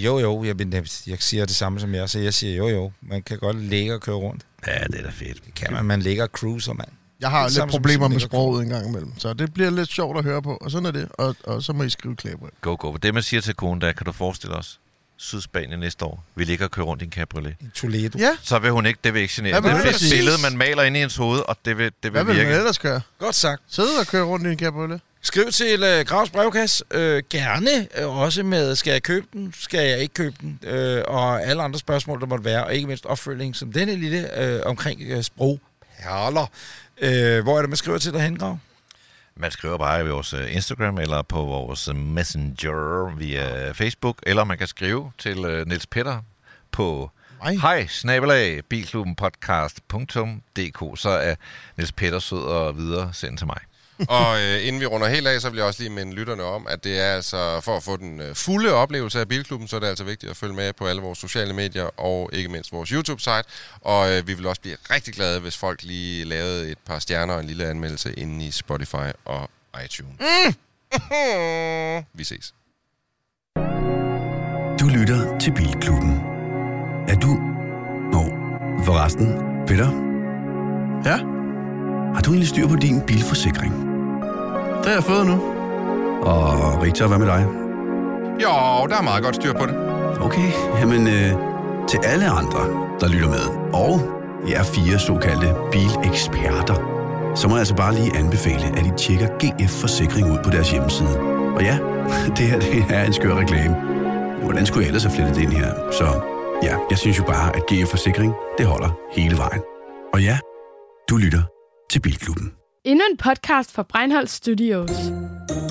Jeg siger det samme som jeg, så jeg siger jo. Man kan godt ligge og køre rundt. Ja, det er da fedt. Det kan man. Man ligger og cruiser, mand. Jeg har lidt problemer med sproget en gang imellem, så det bliver lidt sjovt at høre på, og sådan er det. Og så må I skrive klæbrev. Go. Det man siger til konen, der kan du forestille os Sydspanien næste år. Vi ligger og kører rundt i en cabriolet. En Toledo. Ja. Så vil hun ikke, det vil ikke genere. Det er et billede, man maler ind i ens hoved, og det vil virke. Hvad vil man ellers gøre? Godt sagt. Sidde og køre rundt i en cabriolet. Skriv til Gravs brevkasse. Gerne også med, skal jeg købe den? Skal jeg ikke købe den? Og alle andre spørgsmål, der måtte være. Og ikke mindst opfølging som denne lille omkring sprogperler. Hvor er det, man skriver til dig hen, Grav? Man skriver bare i vores Instagram eller på vores Messenger via Facebook. Eller man kan skrive til Niels Petter på hej@bilklubbenpodcast.dk. Så er Niels Petter sød og videre sendt til mig. Og inden vi runder helt af, så vil jeg også lige minde lytterne om, at det er altså for at få den fulde oplevelse af Bilklubben, så er det altså vigtigt at følge med på alle vores sociale medier og ikke mindst vores YouTube-site. Og vi vil også blive rigtig glade, hvis folk lige lavede et par stjerner og en lille anmeldelse inde i Spotify og iTunes. Vi ses. Du lytter til Bilklubben. Er du... forresten, Peter? Ja? Har du egentlig styr på din bilforsikring? Det har jeg fået nu. Og Rita, hvad med dig? Jo, der er meget godt styr på det. Okay, jamen til alle andre, der lytter med, og jer 4 såkaldte bileksperter, så må jeg altså bare lige anbefale, at I tjekker GF Forsikring ud på deres hjemmeside. Og ja, det her det er en skør reklame. Hvordan skulle jeg ellers have flettet det ind her? Så ja, jeg synes jo bare, at GF Forsikring, det holder hele vejen. Og ja, du lytter til Bilklubben. Endnu en podcast fra Breinholt Studios.